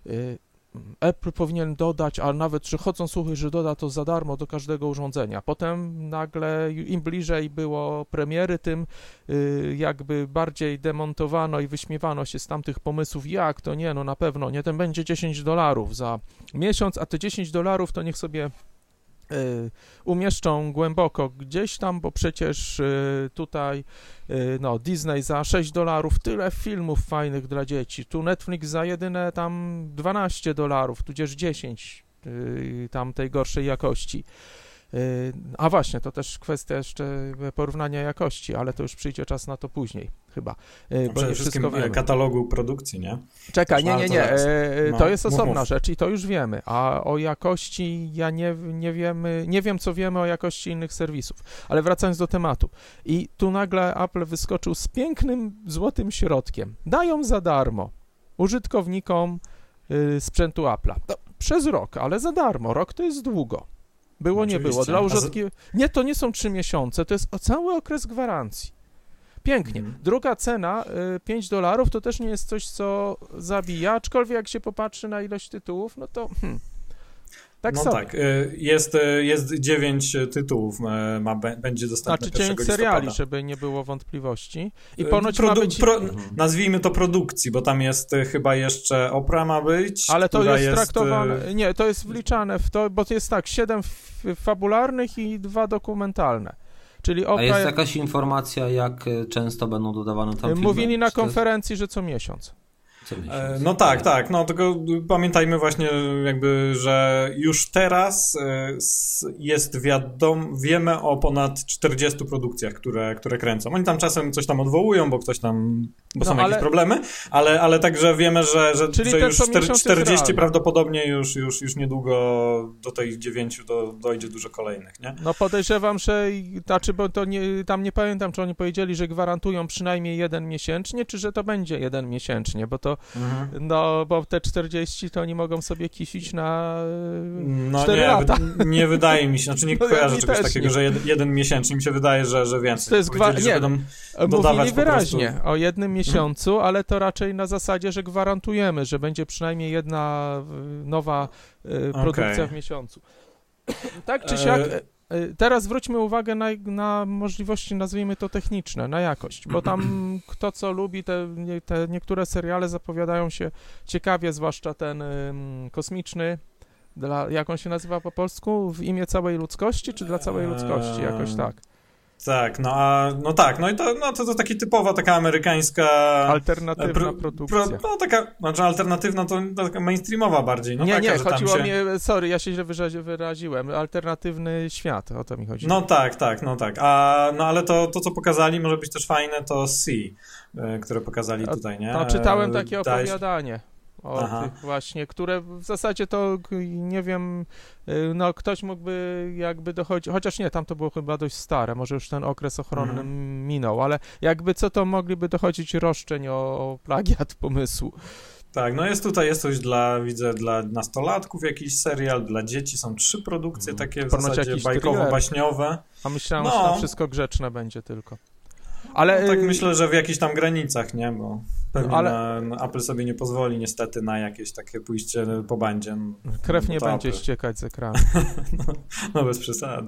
Apple powinien dodać, a nawet czy chodzą słuchy, że doda to za darmo do każdego urządzenia. Potem nagle im bliżej było premiery, tym jakby bardziej demontowano i wyśmiewano się z tamtych pomysłów. Jak to nie? No na pewno nie, ten będzie $10 za miesiąc, a te $10 to niech sobie umieszczą głęboko gdzieś tam, bo przecież tutaj Disney za $6, tyle filmów fajnych dla dzieci, tu Netflix za jedyne tam $12, tudzież 10 tam tej gorszej jakości. A właśnie, to też kwestia jeszcze porównania jakości, ale to już przyjdzie czas na to później chyba. Bo przede wszystkim katalogu produkcji, nie? Czekaj, nie. To jest osobna rzecz i to już wiemy, a o jakości ja nie wiem, co wiemy o jakości innych serwisów. Ale wracając do tematu. I tu nagle Apple wyskoczył z pięknym, złotym środkiem. Dają za darmo użytkownikom sprzętu Apple'a. Przez rok, ale za darmo. Rok to jest długo. Było, nie było. Dla Nie, to nie są 3 miesiące, to jest cały okres gwarancji. Pięknie. Druga cena, $5, to też nie jest coś, co zabija, aczkolwiek jak się popatrzy na ilość tytułów, no to tak sobie. Tak, jest 9 tytułów, będzie dostępne 1 listopada. seriali, żeby nie było wątpliwości. I ponoć ma być... nazwijmy to produkcji, bo tam jest chyba jeszcze Opera ma być. Ale to jest traktowane, nie, to jest wliczane w to, bo to jest tak, 7 fabularnych i 2 dokumentalne. Czyli A jest jakaś informacja, jak często będą dodawane tam filmy? Mówili na konferencji, że co miesiąc. Co miesiąc. No tak, no tylko pamiętajmy właśnie jakby, że już teraz wiemy o ponad 40 produkcjach, które kręcą. Oni tam czasem coś tam odwołują, bo ktoś tam, są jakieś problemy, ale także wiemy, że już 40 prawdopodobnie już niedługo do tych 9 dojdzie dużo kolejnych, nie? No podejrzewam, że, znaczy, bo to tam nie pamiętam, czy oni powiedzieli, że gwarantują przynajmniej jeden miesięcznie, czy że to będzie jeden miesięcznie, bo to, no, bo te 40 to oni mogą sobie kisić na 4 lata. Nie wydaje mi się, znaczy nie kojarzę czegoś takiego, że jeden miesięcznie, mi się wydaje, że więcej. To jest mówili wyraźnie o jednym miesiącu, ale to raczej na zasadzie, że gwarantujemy, że będzie przynajmniej jedna nowa produkcja w miesiącu. Tak czy siak, teraz zwróćmy uwagę na możliwości, nazwijmy to techniczne, na jakość, bo tam kto co lubi, te niektóre seriale zapowiadają się ciekawie, zwłaszcza ten kosmiczny, jak on się nazywa po polsku? W imię całej ludzkości, czy dla całej ludzkości? Jakoś tak. Tak, no i to taka typowa, taka amerykańska... Alternatywna produkcja. Znaczy alternatywna to taka mainstreamowa bardziej. No nie, chodziło mi, sorry, ja się źle wyraziłem, alternatywny świat, o to mi chodzi. No tak. Ale to, co pokazali, może być też fajne, to które pokazali tutaj, nie? Czytałem takie opowiadanie. Tych właśnie, które w zasadzie to, nie wiem, no ktoś mógłby jakby dochodzić, chociaż nie, tam to było chyba dość stare, może już ten okres ochronny minął, ale jakby co to mogliby dochodzić roszczeń o plagiat pomysłu. Tak, no jest coś widzę dla nastolatków jakiś serial, dla dzieci są 3 produkcje takie w zasadzie bajkowo-baśniowe. A myślałem, że to wszystko grzeczne będzie tylko. Ale no, tak myślę, że w jakichś tam granicach, nie? Bo pewnie Apple sobie nie pozwoli niestety na jakieś takie pójście po bandzie. Krew nie będzie ściekać z ekranu. no bez przesady.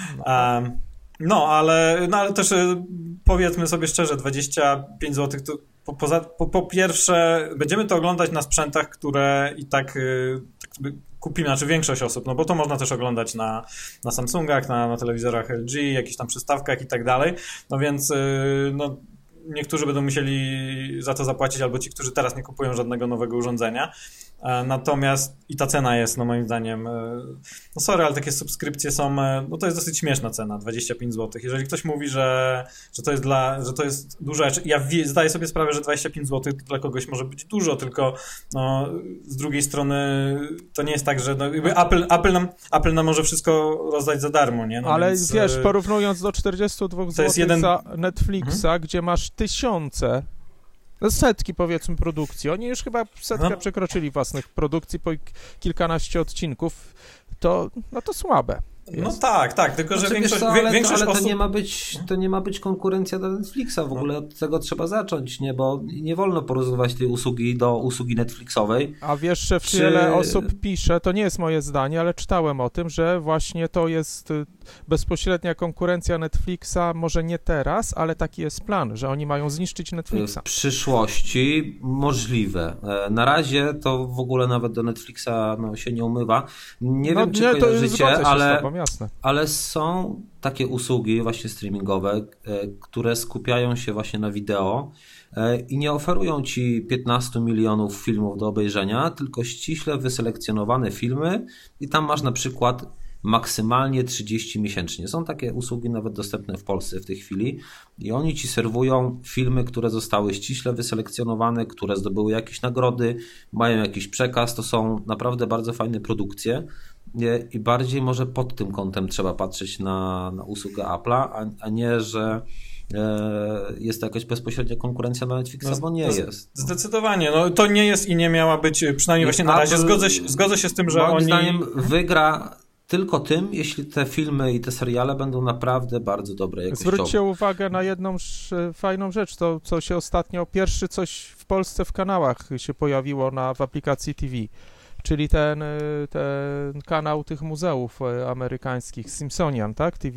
Ale też powiedzmy sobie szczerze, 25 zł to po pierwsze będziemy to oglądać na sprzętach, które i tak kupimy, znaczy większość osób, no bo to można też oglądać na Samsungach, na telewizorach LG, jakichś tam przystawkach i tak dalej, no więc niektórzy będą musieli za to zapłacić, albo ci, którzy teraz nie kupują żadnego nowego urządzenia. Natomiast i ta cena jest, no moim zdaniem, no sorry, ale takie subskrypcje są, no to jest dosyć śmieszna cena, 25 zł. Jeżeli ktoś mówi, że to jest dużo, ja zdaję sobie sprawę, że 25 zł dla kogoś może być dużo, tylko no, z drugiej strony to nie jest tak, że Apple nam może wszystko rozdać za darmo, nie? No ale więc, wiesz, porównując do 42 zł za Netflixa, gdzie masz tysiące, setki powiedzmy produkcji. Oni już chyba setkę przekroczyli własnych produkcji po kilkanaście odcinków. To słabe. Jest. No tak, tylko że większość osób... to nie ma być konkurencja dla Netflixa, w ogóle od tego trzeba zacząć, nie? Bo nie wolno porównywać tej usługi do usługi Netflixowej. A wiesz, że wiele osób pisze, to nie jest moje zdanie, ale czytałem o tym, że właśnie to jest bezpośrednia konkurencja Netflixa, może nie teraz, ale taki jest plan, że oni mają zniszczyć Netflixa. W przyszłości możliwe. Na razie to w ogóle nawet do Netflixa się nie umywa. Nie wiem, czy kojarzycie, ale są takie usługi właśnie streamingowe, które skupiają się właśnie na wideo i nie oferują ci 15 milionów filmów do obejrzenia, tylko ściśle wyselekcjonowane filmy i tam masz na przykład maksymalnie 30 miesięcznie. Są takie usługi nawet dostępne w Polsce w tej chwili i oni ci serwują filmy, które zostały ściśle wyselekcjonowane, które zdobyły jakieś nagrody, mają jakiś przekaz, to są naprawdę bardzo fajne produkcje i bardziej może pod tym kątem trzeba patrzeć na usługę Apple'a, a nie, że jest to jakaś bezpośrednia konkurencja na Netflixa, bo nie jest. Zdecydowanie. No, to nie jest i nie miała być, przynajmniej właśnie na razie. Zgodzę się z tym, że moim zdaniem wygra tylko tym, jeśli te filmy i te seriale będą naprawdę bardzo dobre jakościowo. Zwróćcie uwagę na jedną fajną rzecz, to co się ostatnio, pierwszy coś w Polsce w kanałach się pojawiło w aplikacji TV, czyli ten kanał tych muzeów amerykańskich, Smithsonian, tak, TV?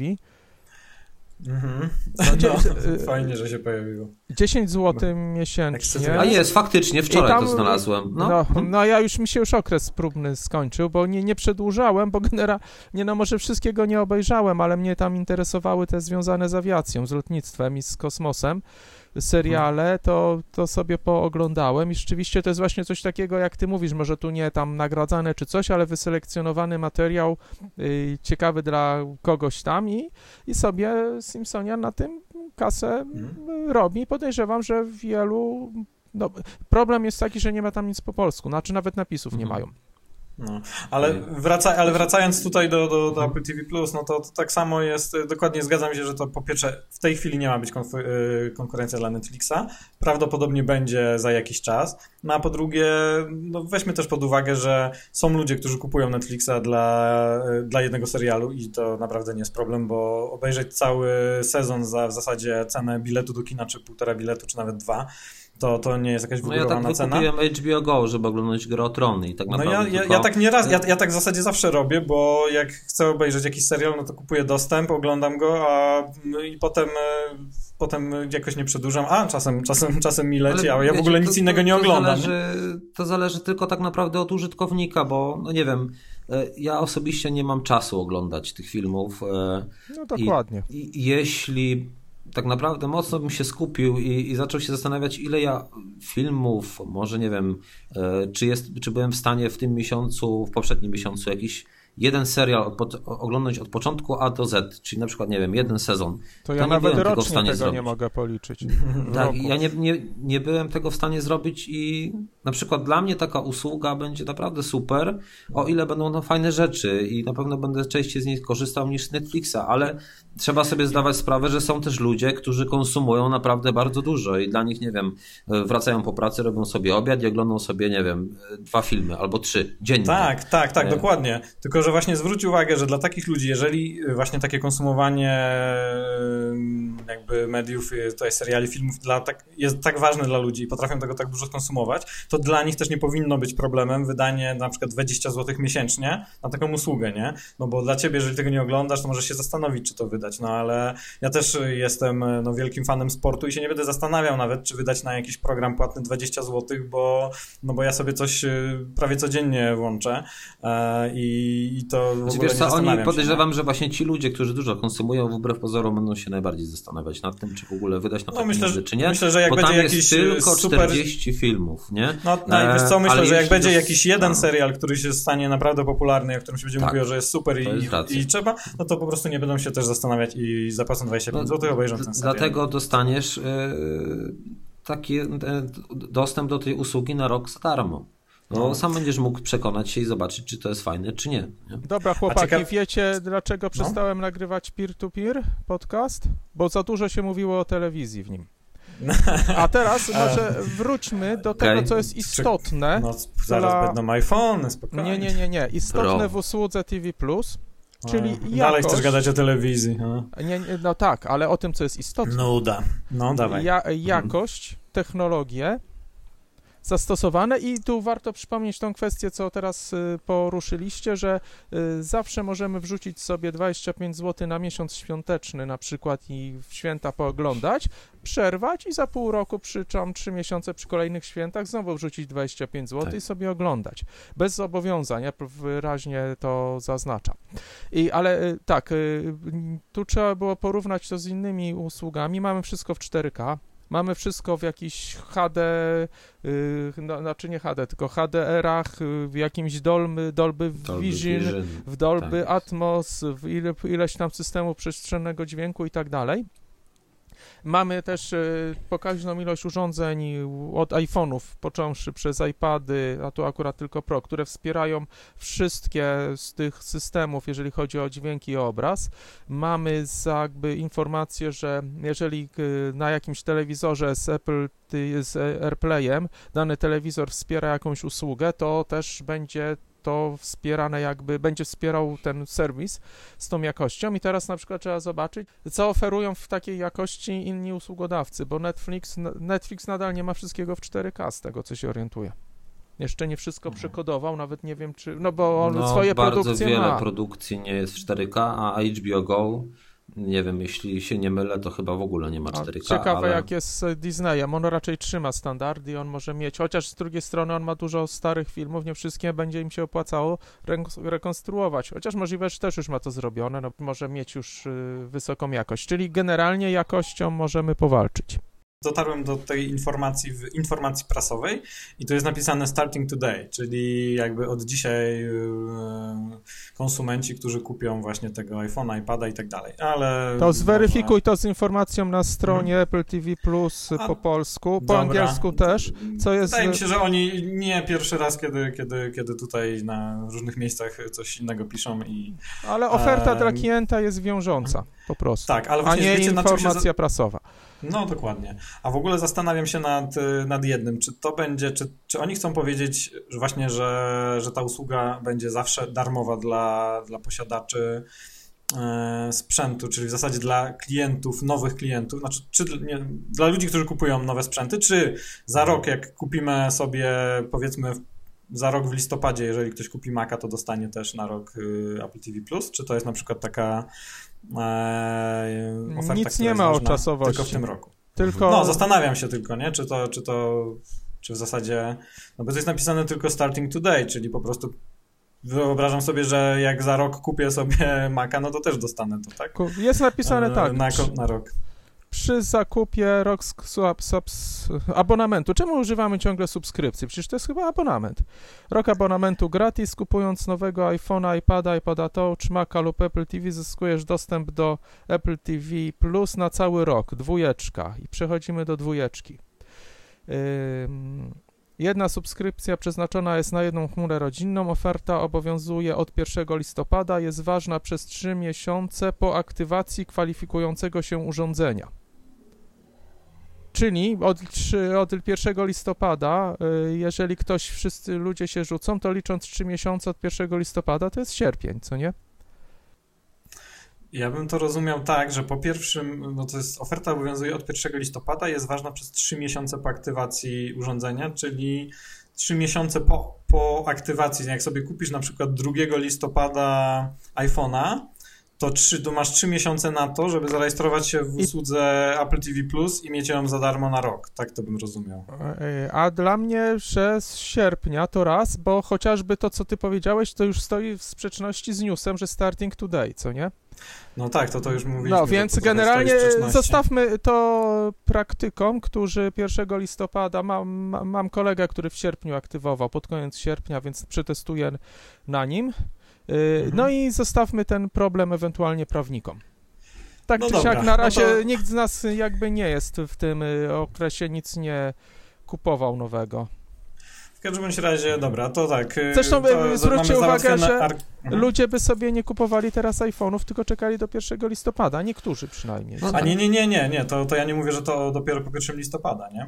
Fajnie, że się pojawiło. 10 zł miesięcznie. A jest, faktycznie, wczoraj to znalazłem. Mi się już okres próbny skończył, bo nie przedłużałem, bo generalnie, może wszystkiego nie obejrzałem, ale mnie tam interesowały te związane z awiacją, z lotnictwem i z kosmosem. seriale, to sobie pooglądałem i rzeczywiście to jest właśnie coś takiego, jak ty mówisz, może tu nie tam nagradzane czy coś, ale wyselekcjonowany materiał ciekawy dla kogoś tam i sobie Simpsonian na tym kasę robi. Podejrzewam, że wielu... No, problem jest taki, że nie ma tam nic po polsku, znaczy nawet napisów nie mają. No, ale wracając tutaj do Apple TV+, no to tak samo jest, dokładnie zgadzam się, że to po pierwsze w tej chwili nie ma być konkurencja dla Netflixa, prawdopodobnie będzie za jakiś czas, no a po drugie, no weźmy też pod uwagę, że są ludzie, którzy kupują Netflixa dla jednego serialu i to naprawdę nie jest problem, bo obejrzeć cały sezon za w zasadzie cenę biletu do kina, czy 1,5 biletu, czy nawet 2, to nie jest jakaś wygórowana cena. Ja tak wykupiłem HBO Go, żeby oglądać Grę o Trony i tak naprawdę ja tak nieraz, ja tak w zasadzie zawsze robię, bo jak chcę obejrzeć jakiś serial, no to kupuję dostęp, oglądam go, i potem jakoś nie przedłużam, czasem mi leci, ale ja w ogóle nic innego nie oglądam. To zależy tylko tak naprawdę od użytkownika, bo no nie wiem, ja osobiście nie mam czasu oglądać tych filmów. No dokładnie. I jeśli tak naprawdę mocno bym się skupił i zaczął się zastanawiać, ile ja filmów, może nie wiem, czy byłem w stanie w tym miesiącu, w poprzednim miesiącu jakiś jeden serial oglądać od początku A do Z, czyli na przykład, nie wiem, jeden sezon. To ja nawet rocznie tego nie mogę policzyć. Tak, ja nie byłem tego w stanie zrobić i na przykład dla mnie taka usługa będzie naprawdę super, o ile będą to fajne rzeczy i na pewno będę częściej z niej korzystał niż z Netflixa, ale trzeba sobie zdawać sprawę, że są też ludzie, którzy konsumują naprawdę bardzo dużo i dla nich, nie wiem, wracają po pracy, robią sobie obiad i oglądają sobie, nie wiem, 2 filmy albo 3 dziennie. Tak, dokładnie. Tylko, że właśnie zwróć uwagę, że dla takich ludzi, jeżeli właśnie takie konsumowanie jakby mediów, tutaj seriali, filmów jest tak ważne dla ludzi i potrafią tego tak dużo konsumować, to dla nich też nie powinno być problemem wydanie na przykład 20 zł miesięcznie na taką usługę, nie? No bo dla ciebie, jeżeli tego nie oglądasz, to możesz się zastanowić, czy to wydać, no ale ja też jestem wielkim fanem sportu i się nie będę zastanawiał nawet, czy wydać na jakiś program płatny 20 zł, bo ja sobie coś prawie codziennie włączę i to w ogóle nie zastanawiam się. Podejrzewam, że właśnie ci ludzie, którzy dużo konsumują, wbrew pozorom będą się najbardziej zastanawiać nad tym, czy w ogóle wydać na to pieniądze, czy nie. Myślę, że jak bo będzie tam jakiś jest tylko super... 40 filmów, nie? No wiesz co, myślę, że jak będzie jakiś jeden serial, który się stanie naprawdę popularny, o którym się będzie mówiło, że jest super i trzeba, no to po prostu nie będą się też zastanawiać i zapłacą 25 zł, obejrzą ten serial. Dlatego dostaniesz taki dostęp do tej usługi na rok za darmo. No, sam będziesz mógł przekonać się i zobaczyć, czy to jest fajne, czy nie. Dobra, chłopaki, wiecie, dlaczego przestałem nagrywać peer-to-peer podcast? Bo za dużo się mówiło o telewizji w nim. A teraz może wróćmy do tego, co jest istotne. No, zaraz będą iPhony, spokojnie. Nie. Istotne w usłudze TV+, czyli jakość... Dalej chcesz gadać o telewizji. No tak, ale o tym, co jest istotne. No, dawaj. Jakość, technologie zastosowane i tu warto przypomnieć tą kwestię, co teraz poruszyliście, że zawsze możemy wrzucić sobie 25 zł na miesiąc świąteczny na przykład i w święta pooglądać, przerwać i za pół roku, 3 miesiące przy kolejnych świętach znowu wrzucić 25 zł i sobie oglądać. Bez zobowiązań, ja wyraźnie to zaznaczam. Ale tu trzeba było porównać to z innymi usługami. Mamy wszystko w 4K. Mamy wszystko w jakiś HD, znaczy nie HD, tylko HDR-ach, w jakimś Dolby Vision, w Dolby Atmos, w ileś tam systemu przestrzennego dźwięku i tak dalej. Mamy też pokaźną ilość urządzeń od iPhone'ów, począwszy przez iPady, a tu akurat tylko Pro, które wspierają wszystkie z tych systemów, jeżeli chodzi o dźwięk i obraz. Mamy jakby informację, że jeżeli na jakimś telewizorze z AirPlayem dany telewizor wspiera jakąś usługę, to też będzie to wspierane będzie wspierał ten serwis z tą jakością i teraz na przykład trzeba zobaczyć, co oferują w takiej jakości inni usługodawcy, bo Netflix nadal nie ma wszystkiego w 4K, z tego co się orientuje. Jeszcze nie wszystko przekodował, nawet nie wiem czy, bo on swoje produkcje ma. Bardzo wiele produkcji nie jest w 4K, a HBO Go, nie wiem, jeśli się nie mylę, to chyba w ogóle nie ma 4K. Ciekawe jak jest z Disneyem, on raczej trzyma standardy i on może mieć, chociaż z drugiej strony on ma dużo starych filmów, nie wszystkie będzie im się opłacało rekonstruować, chociaż możliwe, że też już ma to zrobione, może mieć już wysoką jakość, czyli generalnie jakością możemy powalczyć. dotarłem do tej informacji w informacji prasowej i to jest napisane starting today, czyli jakby od dzisiaj konsumenci, którzy kupią właśnie tego iPhone'a, iPada i tak dalej, ale... To zweryfikuj to z informacją na stronie Apple TV Plus po polsku, po angielsku też, co jest... Wydaje mi się, że oni nie pierwszy raz, kiedy tutaj na różnych miejscach coś innego piszą i... Ale oferta dla klienta jest wiążąca, po prostu. Tak, ale właśnie, a nie wiecie, informacja prasowa. No dokładnie. A w ogóle zastanawiam się nad jednym, czy to będzie, czy oni chcą powiedzieć że właśnie, że ta usługa będzie zawsze darmowa dla posiadaczy sprzętu, czyli w zasadzie dla klientów, nowych klientów, znaczy dla ludzi, którzy kupują nowe sprzęty, czy za rok, jak kupimy sobie, powiedzmy za rok w listopadzie, jeżeli ktoś kupi Maca, to dostanie też na rok Apple TV+, czy to jest na przykład taka oferta, nic nie ma o czasowości. Tylko w tym roku. No, zastanawiam się tylko, nie? Czy w zasadzie, no bo to jest napisane tylko starting today, czyli po prostu wyobrażam sobie, że jak za rok kupię sobie Maca, no to też dostanę to, tak? Jest napisane tak. Na rok. Przy zakupie rok abonamentu. Czemu używamy ciągle subskrypcji? Przecież to jest chyba abonament. Rok abonamentu gratis, kupując nowego iPhone'a, iPada Touch, Maca lub Apple TV zyskujesz dostęp do Apple TV Plus na cały rok. 2. I przechodzimy do 2. Jedna subskrypcja przeznaczona jest na jedną chmurę rodzinną. Oferta obowiązuje od 1 listopada. Jest ważna przez 3 miesiące po aktywacji kwalifikującego się urządzenia. Czyli od 1 listopada, jeżeli wszyscy ludzie się rzucą, to licząc 3 miesiące od 1 listopada, to jest sierpień, co nie? Ja bym to rozumiał tak, że po pierwszym, no to jest oferta obowiązuje od 1 listopada, jest ważna przez 3 miesiące po aktywacji urządzenia, czyli 3 miesiące po aktywacji. Jak sobie kupisz na przykład 2 listopada iPhone'a, to masz 3 miesiące na to, żeby zarejestrować się w usłudze Apple TV Plus i mieć ją za darmo na rok. Tak to bym rozumiał. A dla mnie, że z sierpnia to raz, bo chociażby to, co ty powiedziałeś, to już stoi w sprzeczności z newsem, że starting today, co nie? No tak, to już mówiliśmy. No więc generalnie zostawmy to praktykom, którzy 1 listopada, mam kolegę, który w sierpniu aktywował, pod koniec sierpnia, więc przetestuję na nim. No i zostawmy ten problem ewentualnie prawnikom. Tak no czy dobra, siak na razie no to... nikt z nas jakby nie jest w tym okresie, nic nie kupował nowego. W każdym bądź razie, dobra, to tak. Zresztą zwróćcie uwagę, że ludzie by sobie nie kupowali teraz iPhone'ów, tylko czekali do 1 listopada, niektórzy przynajmniej. A nie, to ja nie mówię, że to dopiero po 1 listopada, nie?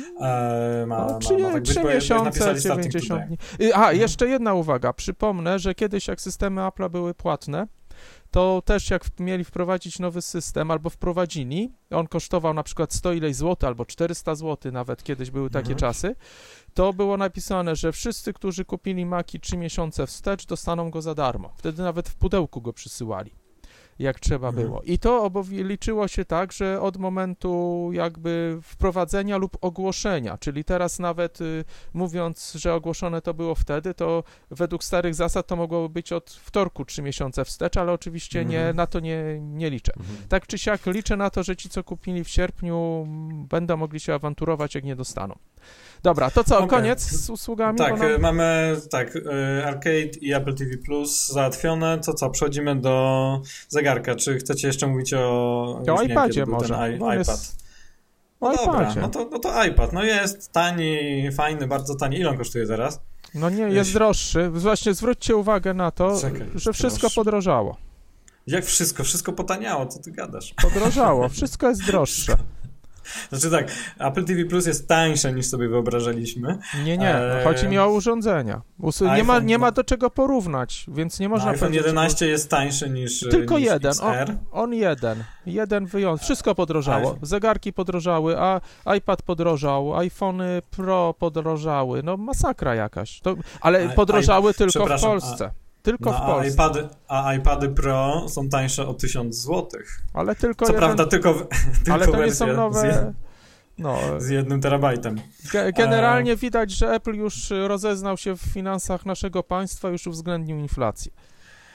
Tak 3 miesiące, 90 dni. Jeszcze jedna uwaga, przypomnę, że kiedyś jak systemy Apple'a były płatne, to też jak mieli wprowadzić nowy system, albo wprowadzili, on kosztował na przykład 100 ileś złotych, albo 400 zł nawet, kiedyś były takie czasy, to było napisane, że wszyscy, którzy kupili Maci 3 miesiące wstecz, dostaną go za darmo. Wtedy nawet w pudełku go przysyłali, jak trzeba było. I to liczyło się tak, że od momentu jakby wprowadzenia lub ogłoszenia, czyli teraz nawet mówiąc, że ogłoszone to było wtedy, to według starych zasad to mogło być od wtorku 3 miesiące wstecz, ale oczywiście na to nie liczę. Tak czy siak liczę na to, że ci, co kupili w sierpniu, będą mogli się awanturować, jak nie dostaną. Dobra, to co, koniec z usługami? Tak, mamy Arcade i Apple TV Plus załatwione. To co, przechodzimy do zegarka. Czy chcecie jeszcze mówić o iPadzie może? iPad. No dobra, no to iPad. No jest tani, fajny, bardzo tani. Ile on kosztuje teraz? No nie, jest droższy. Właśnie zwróćcie uwagę na to, że wszystko podrożało. Jak wszystko? Wszystko potaniało, co ty gadasz? Podrożało, wszystko jest droższe. Znaczy tak, Apple TV Plus jest tańsze niż sobie wyobrażaliśmy. Nie, chodzi mi o urządzenia. Nie ma do czego porównać, więc nie można powiedzieć... iPhone 11 jest tańszy niż tylko niż jeden, XR. On jeden wyjątek. Wszystko podrożało. Zegarki podrożały, a iPad podrożał, iPhony Pro podrożały. No masakra jakaś. Ale podrożały tylko w Polsce. Tylko w Polsce. iPady Pro są tańsze o 1000 zł. Ale tylko co prawda tylko ale to nie są nowe... z 1 terabajtem. Generalnie widać, że Apple już rozeznał się w finansach naszego państwa, już uwzględnił inflację.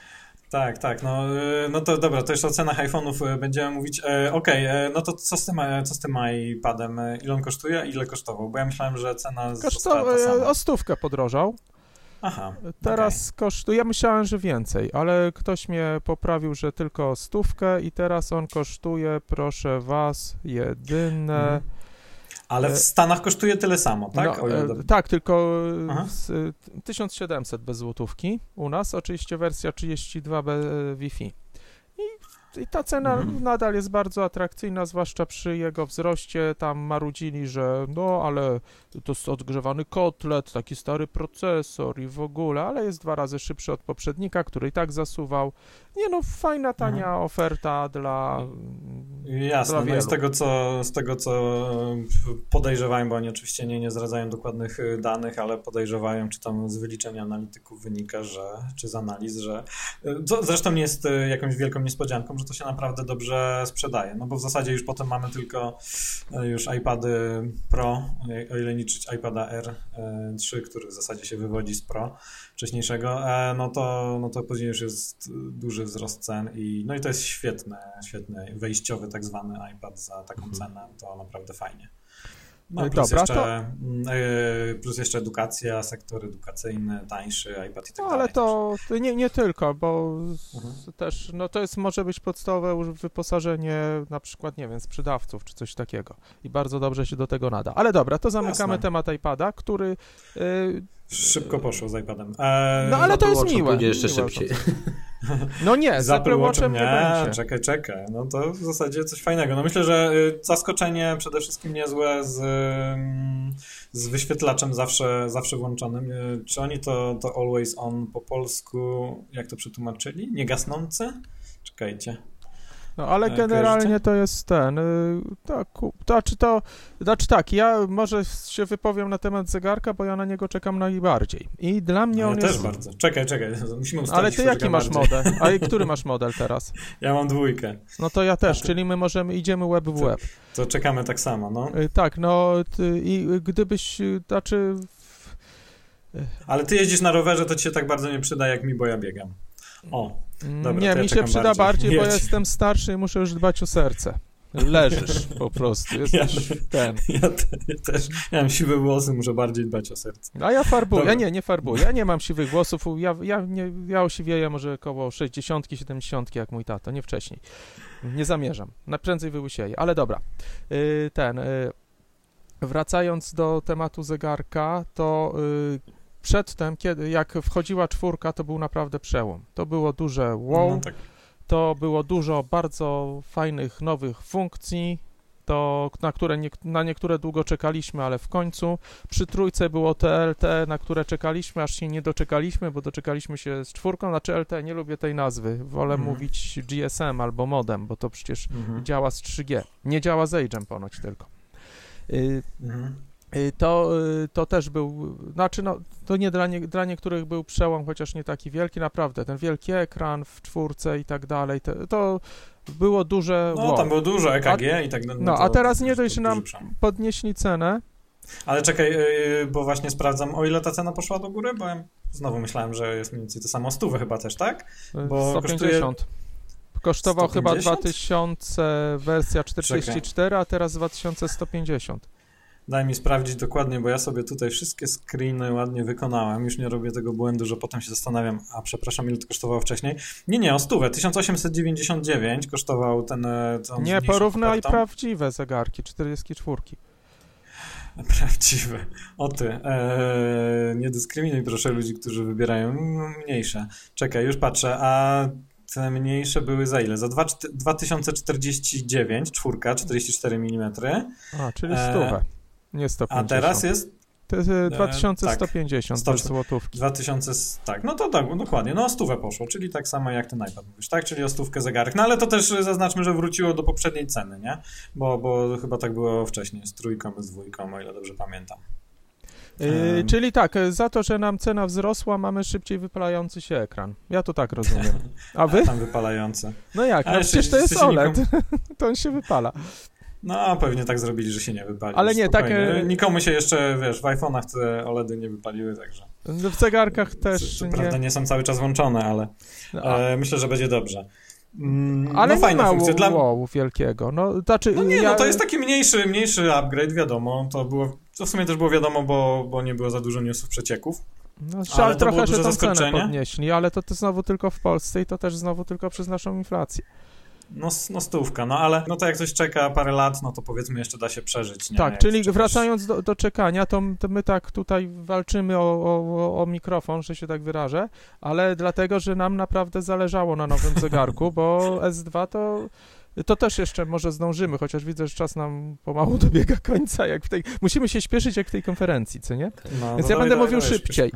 Tak, no to dobra, to jeszcze o cenach iPhone'ów będziemy mówić. Okej, no to co z tym iPadem? Ile on kosztuje? Ile kosztował? Bo ja myślałem, że cena została ta sama. O 100 podrożał. Aha. Teraz kosztuje, ja myślałem, że więcej, ale ktoś mnie poprawił, że tylko 100 i teraz on kosztuje, proszę was, jedyne... Ale w Stanach kosztuje tyle samo, tak? Tak, tylko 1700 bez złotówki u nas, oczywiście wersja 32 bez Wi-Fi. I ta cena nadal jest bardzo atrakcyjna, zwłaszcza przy jego wzroście. Tam marudzili, że no, ale to jest odgrzewany kotlet, taki stary procesor i w ogóle, ale jest 2 razy szybszy od poprzednika, który i tak zasuwał. Nie no, fajna, tania oferta dla Jasne, dla no wielu. i z tego, co podejrzewałem, bo oni oczywiście nie zdradzają dokładnych danych, ale podejrzewają, czy tam z wyliczenia analityków wynika, czy z analiz, że co zresztą nie jest jakąś wielką niespodzianką, że to się naprawdę dobrze sprzedaje, no bo w zasadzie już potem mamy tylko już iPady Pro, o ile nie liczyć iPada R3, który w zasadzie się wywodzi z Pro wcześniejszego, no to później już jest duży wzrost cen i to jest świetny wejściowy tak zwany iPad za taką cenę, to naprawdę fajnie. No plus jeszcze edukacja, sektor edukacyjny, tańszy iPad i tak dalej. Ale to nie tylko, bo też, no to może być podstawowe wyposażenie na przykład, nie wiem, sprzedawców czy coś takiego i bardzo dobrze się do tego nada. Ale dobra, to zamykamy temat iPada, który... Szybko poszło z iPadem. No ale to jest miłe. Pójdzie jeszcze szybciej. No nie, z Apple Watchem nie będzie. Czekaj. No to w zasadzie coś fajnego. No myślę, że zaskoczenie przede wszystkim niezłe z wyświetlaczem zawsze włączonym. Czy oni to Always On po polsku, jak to przetłumaczyli? Niegasnący? Czekajcie. No ale generalnie to jest ja może się wypowiem na temat zegarka, bo ja na niego czekam najbardziej. I dla mnie on jest... też bardzo. Czekaj, musimy ustalić. Ale ty jaki masz model? A który masz model teraz? Ja mam 2. No to ja też, czyli my idziemy łeb w łeb. To czekamy tak samo, no. Tak, no i gdybyś, Ale ty jeździsz na rowerze, to ci się tak bardzo nie przyda jak mi, bo ja biegam. Dobra, nie, mi się przyda bardziej, bo jestem starszy i muszę już dbać o serce. Leżysz po prostu. Jesteś Ja też. Ja mam siwe włosy, muszę bardziej dbać o serce. A ja farbuję. Ja nie farbuję. Ja nie mam siwych włosów. Ja osiwieję może około 60, 70 jak mój tato, nie wcześniej. Nie zamierzam. Prędzej wyłysieję. Ale dobra. Wracając do tematu zegarka, to przedtem, jak wchodziła 4, to był naprawdę przełom. To było duże wow. No tak. To było dużo bardzo fajnych, nowych funkcji, na niektóre długo czekaliśmy, ale w końcu. Przy 3 było LTE, na które czekaliśmy, aż się nie doczekaliśmy, bo doczekaliśmy się z 4. Znaczy LTE, nie lubię tej nazwy. Wolę mówić GSM albo modem, bo to przecież działa z 3G. Nie działa z Age'em ponoć tylko. To też był, to nie dla niektórych był przełom, chociaż nie taki wielki, naprawdę, ten wielki ekran w 4 i tak dalej, to było duże... No, tam było dużo EKG i tak dalej. A teraz nie dość, że nam podnieśli cenę. Ale czekaj, bo właśnie sprawdzam, o ile ta cena poszła do góry, bo ja znowu myślałem, że jest mniej więcej to samo, 100 chyba też, tak? Bo 150. Kosztował 150? chyba 2000 wersja 44, a teraz 2150. Daj mi sprawdzić dokładnie, bo ja sobie tutaj wszystkie screeny ładnie wykonałem. Już nie robię tego błędu, że potem się zastanawiam, przepraszam, ile to kosztowało wcześniej. Nie, o 100. 1899 kosztował ten nie, porównaj prawdziwe zegarki, 44. Prawdziwe. O ty. Nie dyskryminuj proszę ludzi, którzy wybierają mniejsze. Czekaj, już patrzę. A te mniejsze były za ile? Za 2049, 4, 44 mm. Czyli 100. Nie 150. A teraz jest? 2150 bez złotówki. 2000, tak, no to tak, dokładnie. No o 100 poszło, czyli tak samo jak ten iPad mówisz, tak? Czyli o 100 zegarek. No ale to też zaznaczmy, że wróciło do poprzedniej ceny, nie? Bo chyba tak było wcześniej, z 3, z 2, o ile dobrze pamiętam. Czyli tak, za to, że nam cena wzrosła, mamy szybciej wypalający się ekran. Ja to tak rozumiem. A wy? Tam wypalający. No jak? No przecież to jest OLED. To on się wypala. No, pewnie tak zrobili, że się nie wypali. Ale nie, tak... Nikomu się jeszcze, wiesz, w iPhone'ach te OLEDy nie wypaliły, także... W zegarkach też Co prawda nie są cały czas włączone, ale myślę, że będzie dobrze. Ale no, fajna funkcja. Wielkiego. To jest taki mniejszy upgrade, wiadomo. To w sumie też było wiadomo, bo nie było za dużo newsów przecieków. No, ale trochę, że tą cenę podnieśli, ale to znowu tylko w Polsce i to też znowu tylko przez naszą inflację. No stówka, ale to jak ktoś czeka parę lat, no to powiedzmy jeszcze da się przeżyć. Nie? Tak, czyli wracając do czekania, to my tak tutaj walczymy o mikrofon, że się tak wyrażę, ale dlatego, że nam naprawdę zależało na nowym zegarku, bo S2 to też jeszcze może zdążymy, chociaż widzę, że czas nam pomału dobiega końca, musimy się śpieszyć jak w tej konferencji, co nie? Więc ja będę mówił szybciej.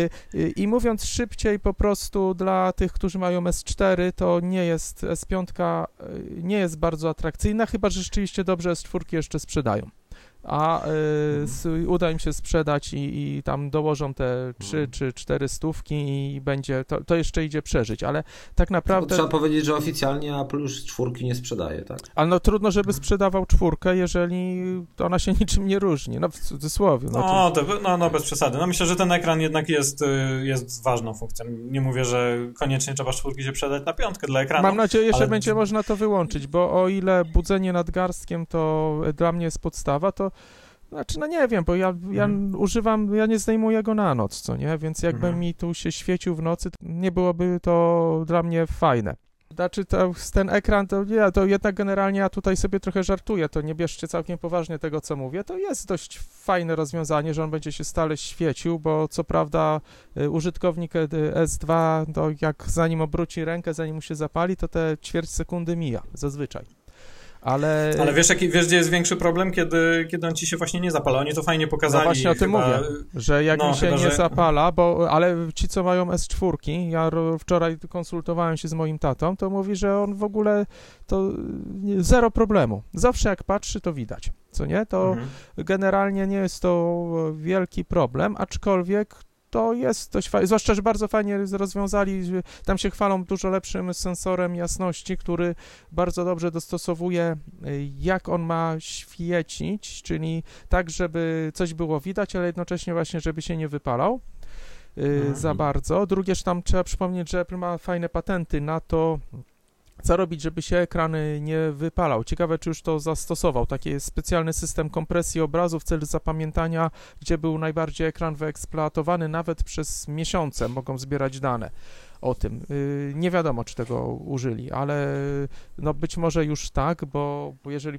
I mówiąc szybciej po prostu dla tych, którzy mają S4, to nie jest, S5 nie jest bardzo atrakcyjna, chyba że rzeczywiście dobrze S4 jeszcze sprzedają. A uda im się sprzedać i tam dołożą te 3 czy 4 stówki i będzie, to jeszcze idzie przeżyć, ale tak naprawdę... To trzeba powiedzieć, że oficjalnie Apple już 4 nie sprzedaje, tak? Ale trudno, żeby sprzedawał 4, jeżeli ona się niczym nie różni, w cudzysłowie. Bez przesady. Myślę, że ten ekran jednak jest ważną funkcją. Nie mówię, że koniecznie trzeba 4 się sprzedać na 5 dla ekranu. Mam nadzieję, że będzie można to wyłączyć, bo o ile budzenie nadgarstkiem to dla mnie jest podstawa, to nie wiem, bo ja używam, ja nie zdejmuję go na noc, co nie? Więc jakby mi tu się świecił w nocy, nie byłoby to dla mnie fajne. Znaczy ten ekran, to jednak generalnie ja tutaj sobie trochę żartuję, to nie bierzcie całkiem poważnie tego, co mówię. To jest dość fajne rozwiązanie, że on będzie się stale świecił, bo co prawda użytkownik S2, to jak zanim obróci rękę, zanim mu się zapali, to te ćwierć sekundy mija zazwyczaj. Ale wiesz, gdzie jest większy problem, kiedy on ci się właśnie nie zapala? Oni to fajnie pokazali. No właśnie o tym mówię, że jak mi się nie zapala, ale ci, co mają S4, ja wczoraj konsultowałem się z moim tatą, to mówi, że on w ogóle to zero problemu. Zawsze jak patrzy, to widać, co nie? To generalnie nie jest to wielki problem, aczkolwiek to jest dość fajne, zwłaszcza, że bardzo fajnie rozwiązali, tam się chwalą dużo lepszym sensorem jasności, który bardzo dobrze dostosowuje, jak on ma świecić, czyli tak, żeby coś było widać, ale jednocześnie właśnie, żeby się nie wypalał za bardzo. Drugie, że tam trzeba przypomnieć, że Apple ma fajne patenty na to, co robić, żeby się ekran nie wypalał. Ciekawe, czy już to zastosował. Taki jest specjalny system kompresji obrazu w celu zapamiętania, gdzie był najbardziej ekran wyeksploatowany, nawet przez miesiące mogą zbierać dane o tym. Nie wiadomo, czy tego użyli, ale być może już tak, bo jeżeli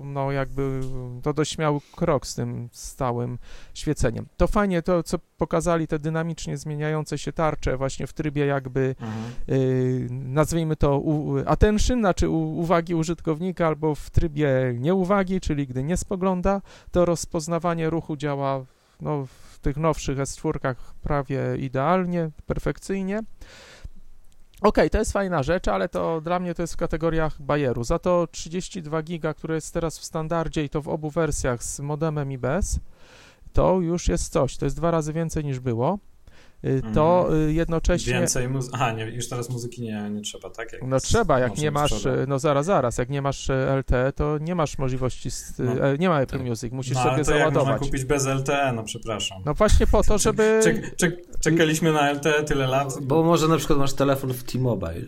to dość śmiały krok z tym stałym świeceniem. To fajnie to, co pokazali, te dynamicznie zmieniające się tarcze właśnie w trybie jakby nazwijmy to attention, znaczy uwagi użytkownika, albo w trybie nieuwagi, czyli gdy nie spogląda, to rozpoznawanie ruchu działa w tych nowszych S4 prawie idealnie, perfekcyjnie. Okej, to jest fajna rzecz, ale to dla mnie to jest w kategoriach bajeru. Za to 32 giga, które jest teraz w standardzie i to w obu wersjach z modemem i bez, to już jest coś. To jest 2 razy więcej niż było. To jednocześnie... Więcej już teraz muzyki nie trzeba, tak? Trzeba, jak nie masz... zaraz, jak nie masz LTE, to nie masz możliwości... nie ma Apple Music, musisz sobie załadować. Jak można kupić bez LTE, przepraszam. Właśnie po to, żeby... Czekaliśmy na LTE tyle lat. Bo może na przykład masz telefon w T-Mobile.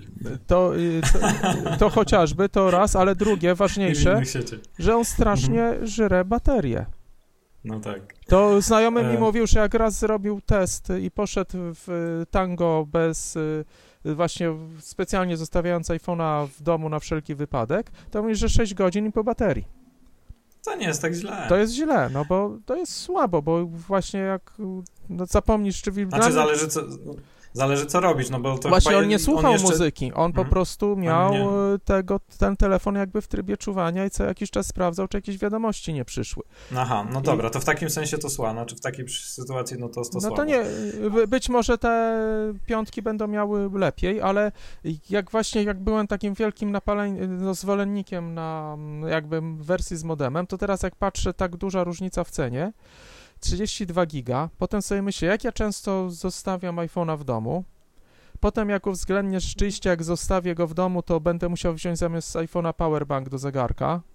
To chociażby, to raz, ale drugie, ważniejsze, że on strasznie żre baterię. No tak. To znajomy mi mówił, że jak raz zrobił test i poszedł w Tango bez, właśnie specjalnie zostawiając iPhone'a w domu na wszelki wypadek, to mówi, że 6 godzin i po baterii. To nie jest tak źle. To jest źle, bo to jest słabo, bo właśnie jak zapomnisz, czy... Znaczy zależy co robić, bo to właśnie on nie słuchał muzyki, on po prostu miał ten telefon jakby w trybie czuwania i co jakiś czas sprawdzał, czy jakieś wiadomości nie przyszły. Aha, dobra, to w takim sensie to słabo, czy w takiej sytuacji to słabo. To nie, być może te 5 będą miały lepiej, ale jak byłem takim wielkim zwolennikiem na jakby wersji z modemem, to teraz jak patrzę, tak duża różnica w cenie, 32 giga, potem sobie myślę, jak ja często zostawiam iPhone'a w domu, potem jak uwzględnię rzeczywiście, jak zostawię go w domu, to będę musiał wziąć zamiast iPhone'a powerbank do zegarka,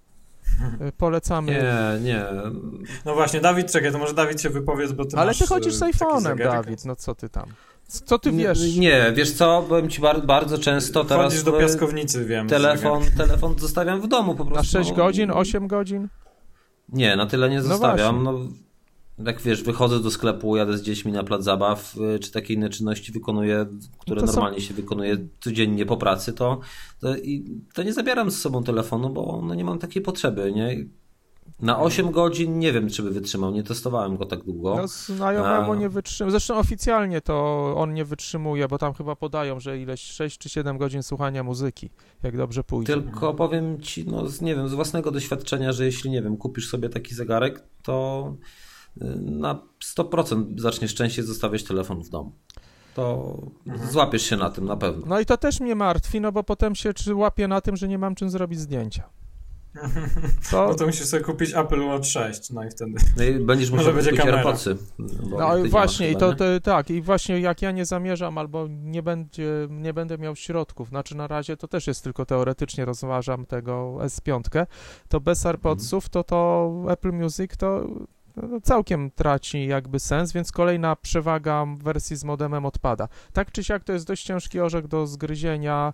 Polecamy. Nie. No właśnie, Dawid, czekaj, to może Dawid się wypowiedz, bo ty Ale masz ty chodzisz z taki iPhone'em, zegarek. Dawid, no co ty tam? Co ty wiesz? Nie, wiesz co, powiem ci bardzo często teraz... Chodzisz do piaskownicy, wiem. Telefon zostawiam w domu po prostu. Na 6 godzin, 8 godzin? Nie, na tyle nie No zostawiam. No, jak wiesz, wychodzę do sklepu, jadę z dziećmi na plac zabaw, czy takie inne czynności wykonuję, które normalnie się wykonuje codziennie po pracy, to nie zabieram z sobą telefonu, bo no, nie mam takiej potrzeby, nie? Na 8 godzin nie wiem, czy by wytrzymał, nie testowałem go tak długo. No znajomemu nie wytrzymuje, zresztą oficjalnie to on nie wytrzymuje, bo tam chyba podają, że ileś 6 czy 7 godzin słuchania muzyki, jak dobrze pójdzie. Tylko powiem ci, no nie wiem, z własnego doświadczenia, że jeśli, nie wiem, kupisz sobie taki zegarek, to na 100% zaczniesz częściej zostawiać telefon w domu. To złapiesz się na tym na pewno. No i to też mnie martwi, no bo potem się łapię na tym, że nie mam czym zrobić zdjęcia. No to musisz sobie kupić Apple Watch 6, no i wtedy... No i będziesz musiał kupić AirPodsy. No i właśnie, tak, i właśnie jak ja nie zamierzam albo nie będę miał środków, znaczy na razie to też jest tylko teoretycznie, rozważam tego S5, to bez AirPodsów to Apple Music to całkiem traci jakby sens, więc kolejna przewaga wersji z modemem odpada. Tak czy siak to jest dość ciężki orzech do zgryzienia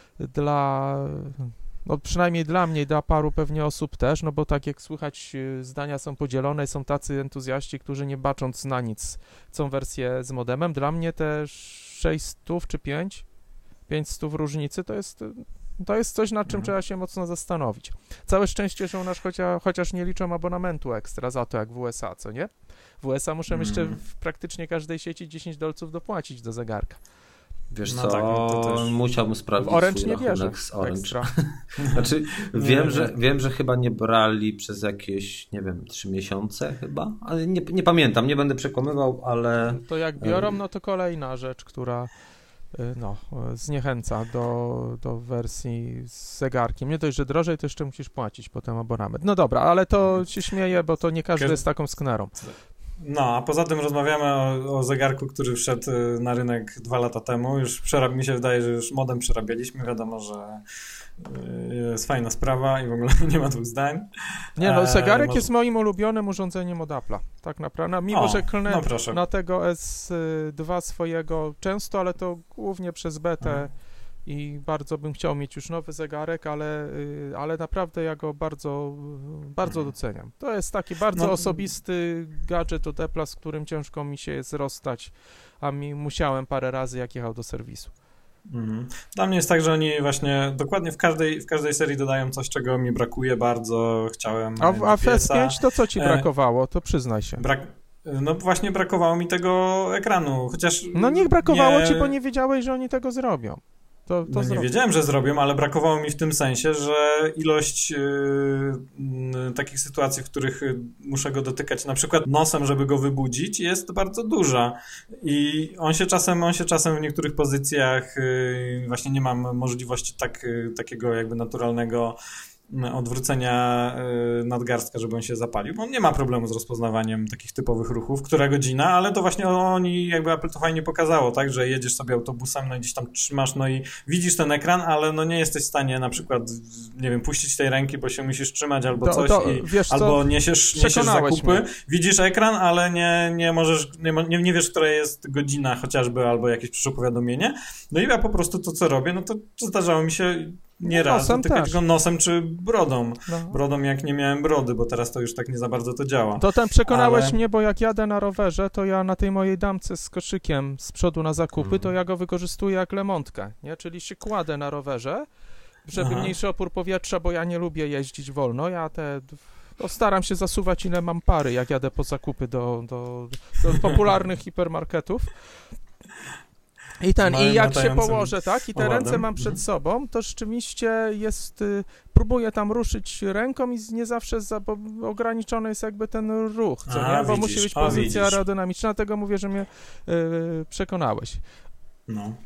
no przynajmniej dla mnie i dla paru pewnie osób też, no bo tak jak słychać zdania są podzielone, są tacy entuzjaści, którzy nie bacząc na nic chcą wersję z modemem. Dla mnie te 600 czy 500 różnicy to jest coś, nad czym trzeba się mocno zastanowić. Całe szczęście, że u nas chociaż nie liczą abonamentu ekstra za to, jak w USA, co nie? W USA muszę jeszcze w praktycznie każdej sieci $10 dopłacić do zegarka. Wiesz co, tak, to też... musiałbym sprawdzić w Orange swój nie bierze rachunek z Orange. ekstra. Znaczy, wiem, że chyba nie brali przez jakieś, nie wiem, 3 miesiące chyba, ale nie pamiętam, nie będę przekonywał, ale... To jak biorą, no to kolejna rzecz, która zniechęca do wersji z zegarkiem. Nie dość, że drożej, to jeszcze musisz płacić potem abonament. No dobra, ale to się śmieję, bo to nie każdy jest taką sknerą. No, a poza tym rozmawiamy o zegarku, który wszedł na rynek 2 lata temu. Już mi się wydaje, że już modem przerabialiśmy. Wiadomo, że jest fajna sprawa i w ogóle nie ma dwóch zdań. Nie no, zegarek jest moim ulubionym urządzeniem od Apple'a. Tak naprawdę. Mimo, że klnę na tego S2 swojego często, ale to głównie przez betę. I bardzo bym chciał mieć już nowy zegarek, ale naprawdę ja go bardzo, bardzo doceniam. To jest taki bardzo osobisty gadżet od Apple'a, z którym ciężko mi się jest rozstać, a musiałem parę razy, jak jechał do serwisu. Dla mnie jest tak, że oni właśnie dokładnie w każdej serii dodają coś, czego mi brakuje bardzo. Chciałem A w S5 to co ci brakowało? To przyznaj się. No właśnie brakowało mi tego ekranu, chociaż... No niech brakowało ci, bo nie wiedziałeś, że oni tego zrobią. Nie wiedziałem, że zrobią, ale brakowało mi w tym sensie, że ilość takich sytuacji, w których muszę go dotykać na przykład nosem, żeby go wybudzić, jest bardzo duża. I on się czasem w niektórych pozycjach właśnie nie mam możliwości takiego jakby naturalnego odwrócenia nadgarstka, żeby on się zapalił, bo on nie ma problemu z rozpoznawaniem takich typowych ruchów, która godzina, ale to właśnie oni, jakby Apple to fajnie pokazało, tak, że jedziesz sobie autobusem, no i gdzieś tam trzymasz, no i widzisz ten ekran, ale no nie jesteś w stanie na przykład, nie wiem, puścić tej ręki, bo się musisz trzymać albo coś, albo niesiesz zakupy, widzisz ekran, ale nie możesz, nie wiesz, która jest godzina chociażby, albo jakieś przyszło powiadomienie, no i ja po prostu to, co robię, no to zdarzało mi się nie raz dotykać go nosem czy brodą. Brodą jak nie miałem brody, bo teraz to już tak nie za bardzo to działa. To przekonałeś mnie, bo jak jadę na rowerze, to ja na tej mojej damce z koszykiem z przodu na zakupy, to ja go wykorzystuję jak lemontkę, nie? Czyli się kładę na rowerze, żeby mniejszy opór powietrza, bo ja nie lubię jeździć wolno. Ja staram się zasuwać, ile mam pary, jak jadę po zakupy do popularnych hipermarketów. I jak się położę, tak, i te ręce mam przed sobą, to rzeczywiście próbuję tam ruszyć ręką i nie zawsze bo ograniczony jest jakby ten ruch, co nie? Bo musi być pozycja aerodynamiczna, dlatego mówię, że mnie przekonałeś.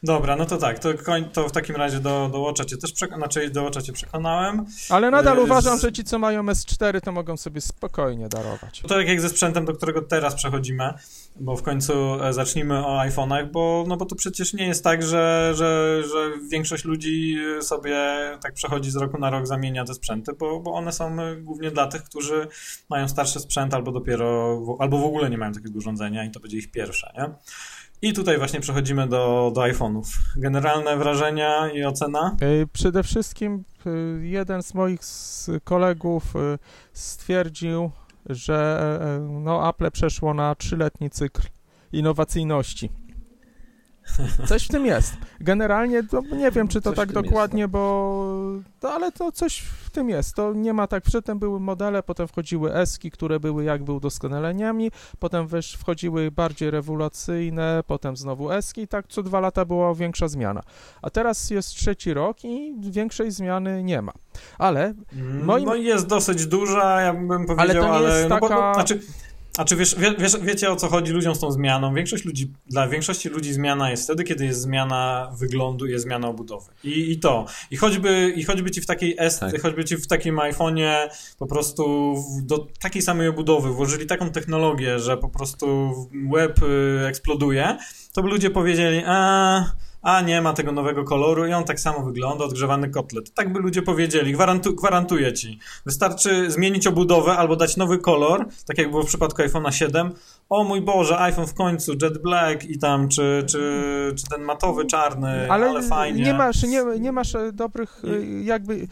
Dobra, no to tak, to w takim razie do Watcha cię też do Watcha cię przekonałem. Ale nadal uważam, że ci, co mają S4, to mogą sobie spokojnie darować. To tak jak ze sprzętem, do którego teraz przechodzimy, bo w końcu zacznijmy o iPhone'ach, bo to przecież nie jest tak, że większość ludzi sobie tak przechodzi z roku na rok, zamienia te sprzęty, bo one są głównie dla tych, którzy mają starszy sprzęt albo w ogóle nie mają takiego urządzenia i to będzie ich pierwsze, nie? I tutaj właśnie przechodzimy do iPhone'ów. Generalne wrażenia i ocena? Przede wszystkim jeden z moich kolegów stwierdził, że Apple przeszło na 3-letni cykl innowacyjności. Coś w tym jest. Generalnie nie wiem, czy to tak dokładnie, jest, ale to coś w tym jest. To nie ma tak, przedtem były modele, potem wchodziły S-ki, które były jakby udoskonaleniami, potem wchodziły bardziej rewolucyjne, potem znowu S-ki i tak co 2 lata była większa zmiana. A teraz jest 3. rok i większej zmiany nie ma. Ale No jest dosyć duża, ja bym powiedział, ale to nie jest taka... Wiecie, o co chodzi ludziom z tą zmianą? Dla większości ludzi zmiana jest wtedy, kiedy jest zmiana wyglądu, jest zmiana obudowy. I choćby ci w takiej choćby ci w takim iPhone'ie po prostu do takiej samej obudowy włożyli taką technologię, że po prostu web eksploduje, to by ludzie powiedzieli, nie ma tego nowego koloru i on tak samo wygląda, odgrzewany kotlet. Tak by ludzie powiedzieli, gwarantuję ci. Wystarczy zmienić obudowę albo dać nowy kolor, tak jak było w przypadku iPhone'a 7. O mój Boże, iPhone w końcu, Jet Black i tam, czy ten matowy, czarny, ale fajnie. Nie masz dobrych jakby...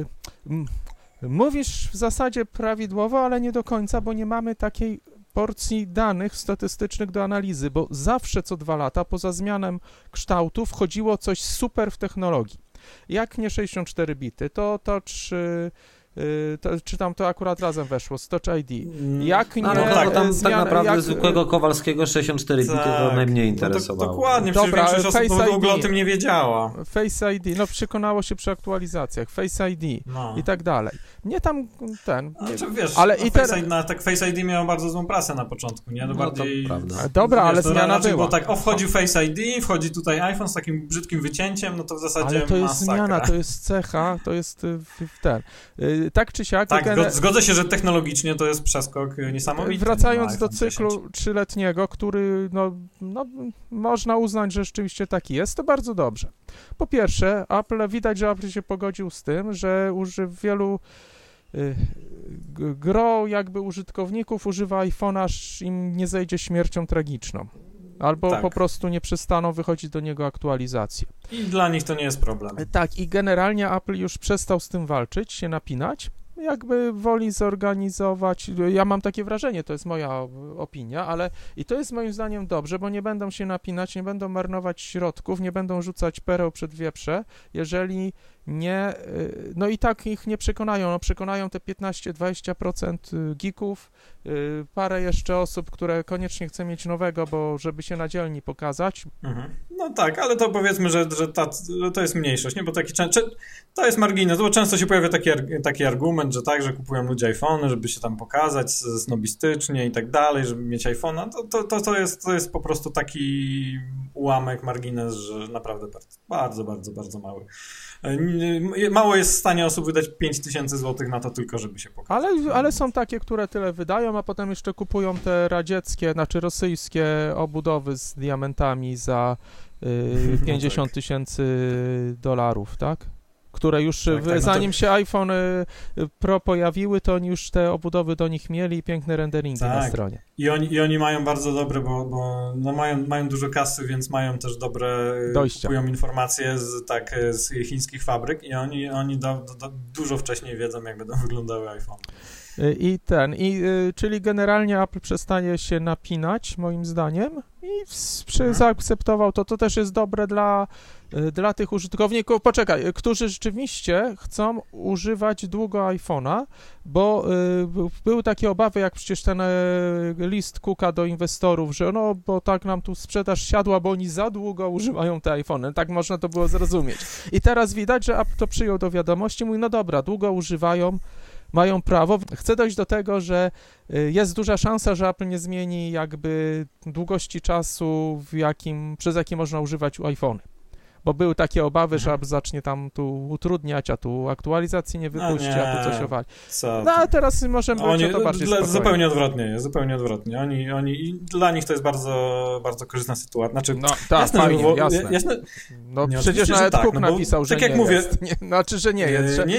Mówisz w zasadzie prawidłowo, ale nie do końca, bo nie mamy takiej porcji danych statystycznych do analizy, bo zawsze co 2 lata poza zmianą kształtu wchodziło coś super w technologii. Jak nie 64 bity, to czy tam to akurat razem weszło, z Touch ID. Jak nie... tam tak naprawdę zwykłego Kowalskiego 64 bity to najmniej interesowało. Dokładnie, przecież większość osób w ogóle o tym nie wiedziała. Face ID, przekonało się przy aktualizacjach, Face ID i tak dalej. Nie tam Face ID miało bardzo złą prasę na początku, nie? Bardziej, to prawda. Dobra, ale zmiana była. Bo wchodził Face ID, wchodzi tutaj iPhone z takim brzydkim wycięciem, no to w zasadzie ale to jest masakra. Zmiana, to jest cecha, to jest tak czy siak... Tak, zgodzę się, że technologicznie to jest przeskok niesamowity. Wracając do cyklu 3-letniego, który można uznać, że rzeczywiście taki jest, to bardzo dobrze. Po pierwsze, widać, że Apple się pogodził z tym, że wielu gro jakby użytkowników używa iPhone'a, aż im nie zejdzie śmiercią tragiczną. Albo po prostu nie przestaną wychodzić do niego aktualizacje. I dla nich to nie jest problem. Tak, i generalnie Apple już przestał z tym walczyć, się napinać, jakby woli zorganizować, ja mam takie wrażenie, to jest moja opinia, ale i to jest moim zdaniem dobrze, bo nie będą się napinać, nie będą marnować środków, nie będą rzucać pereł przed wieprze, jeżeli nie, i tak ich nie przekonają, przekonają te 15-20% geeków, parę jeszcze osób, które koniecznie chce mieć nowego, bo żeby się na dzielni pokazać. No tak, ale to powiedzmy, że to jest mniejszość, nie? Bo to jest margines, bo często się pojawia taki argument, że że kupują ludzie iPhony, żeby się tam pokazać snobistycznie i tak dalej, żeby mieć iPhone'a. To jest po prostu taki ułamek, margines, że naprawdę bardzo, bardzo, bardzo mały. Mało jest w stanie osób wydać 5000 zł na to tylko, żeby się pokazać. Ale są takie, które tyle wydają, a potem jeszcze kupują te radzieckie, rosyjskie obudowy z diamentami za 50 000 $, tak? Które już zanim się iPhone Pro pojawiły, to oni już te obudowy do nich mieli i piękne renderingi na stronie. I oni mają bardzo dobre, bo mają dużo kasy, więc mają też dobre dojścia. Kupują informacje z chińskich fabryk i oni dużo wcześniej wiedzą, jak będą wyglądały iPhone. Czyli generalnie Apple przestaje się napinać, moim zdaniem, i zaakceptował to. To też jest dobre dla tych użytkowników, którzy rzeczywiście chcą używać długo iPhone'a, bo były takie obawy, jak przecież ten list Cooka do inwestorów, że bo tak nam tu sprzedaż siadła, bo oni za długo używają te iPhone'y. Tak można to było zrozumieć. I teraz widać, że Apple to przyjął do wiadomości, mówi, dobra, długo używają, mają prawo. Chcę dojść do tego, że jest duża szansa, że Apple nie zmieni jakby długości czasu, przez jaki można używać iPhony. bo były takie obawy, że Apple zacznie tam tu utrudniać, a tu aktualizacji nie wypuści, a tu coś owali. No a teraz możemy być o to bardziej spokojni. Zupełnie odwrotnie jest, zupełnie odwrotnie. Oni dla nich to jest bardzo, bardzo korzystna sytuacja. Znaczy, no tak, fajnie, jasne. No nie, przecież nawet tak, Cook napisał, że tak jak mówię, jest. Znaczy, że nie jest, że nie.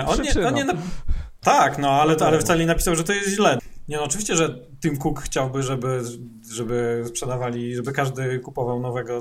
Tak, ale wcale nie napisał, że to jest źle. Nie, no oczywiście, że Tim Cook chciałby, żeby sprzedawali, żeby każdy kupował nowego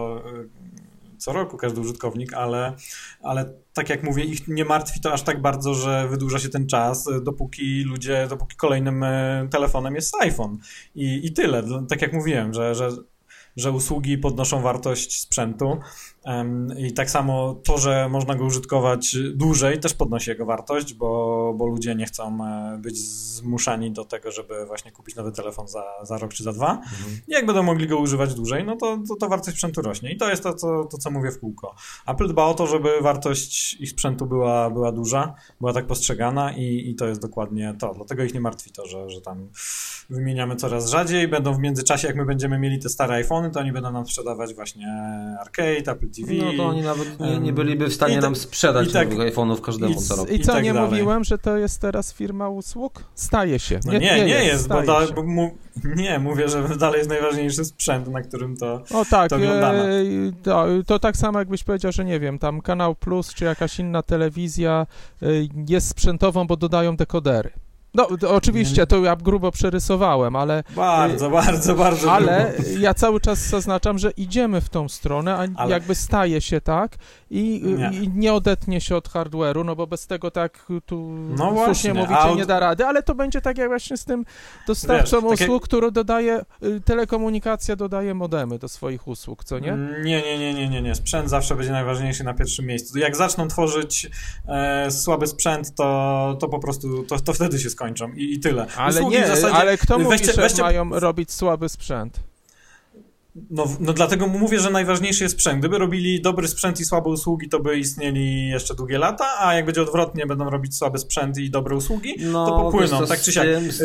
co roku, każdy użytkownik, ale tak jak mówię, ich nie martwi to aż tak bardzo, że wydłuża się ten czas, dopóki kolejnym telefonem jest iPhone. I tyle. Tak jak mówiłem, że usługi podnoszą wartość sprzętu i tak samo to, że można go użytkować dłużej, też podnosi jego wartość, bo ludzie nie chcą być zmuszani do tego, żeby właśnie kupić nowy telefon za rok czy za 2. I jak będą mogli go używać dłużej, no to wartość sprzętu rośnie. I to jest to, co mówię w kółko. Apple dba o to, żeby wartość ich sprzętu była duża, była tak postrzegana i to jest dokładnie to. Dlatego ich nie martwi to, że tam wymieniamy coraz rzadziej. Będą w międzyczasie, jak my będziemy mieli te stare iPhony, to oni będą nam sprzedawać właśnie Arcade, Apple TV. No to oni nawet nie byliby w stanie nam sprzedać nowych iPhone'ów każdemu co roku. I co, tak nie dalej. Mówiłem, że to jest teraz firma usług? Staje się. No nie jest, mówię, że dalej jest najważniejszy sprzęt, na którym to oglądamy. To tak samo jakbyś powiedział, że nie wiem, tam Kanał Plus czy jakaś inna telewizja jest sprzętową, bo dodają dekodery. No, oczywiście, to ja grubo przerysowałem, ale... Bardzo ale grubo. Ja cały czas zaznaczam, że idziemy w tą stronę, a jakby staje się tak i nie odetnie się od hardware'u, no bo bez tego tak tu słusznie mówicie, nie da rady, ale to będzie tak jak właśnie z tym dostawcą usług, który dodaje, telekomunikacja dodaje modemy do swoich usług, co nie? Nie. Sprzęt zawsze będzie najważniejszy na pierwszym miejscu. Jak zaczną tworzyć słaby sprzęt, to po prostu, to wtedy się skończą i tyle. Ale usługi w zasadzie, ale kto mówi, że mają robić słaby sprzęt? No dlatego mówię, że najważniejszy jest sprzęt. Gdyby robili dobry sprzęt i słabe usługi, to by istnieli jeszcze długie lata, a jak będzie odwrotnie, będą robić słaby sprzęt i dobre usługi, to popłyną, tak czy siak.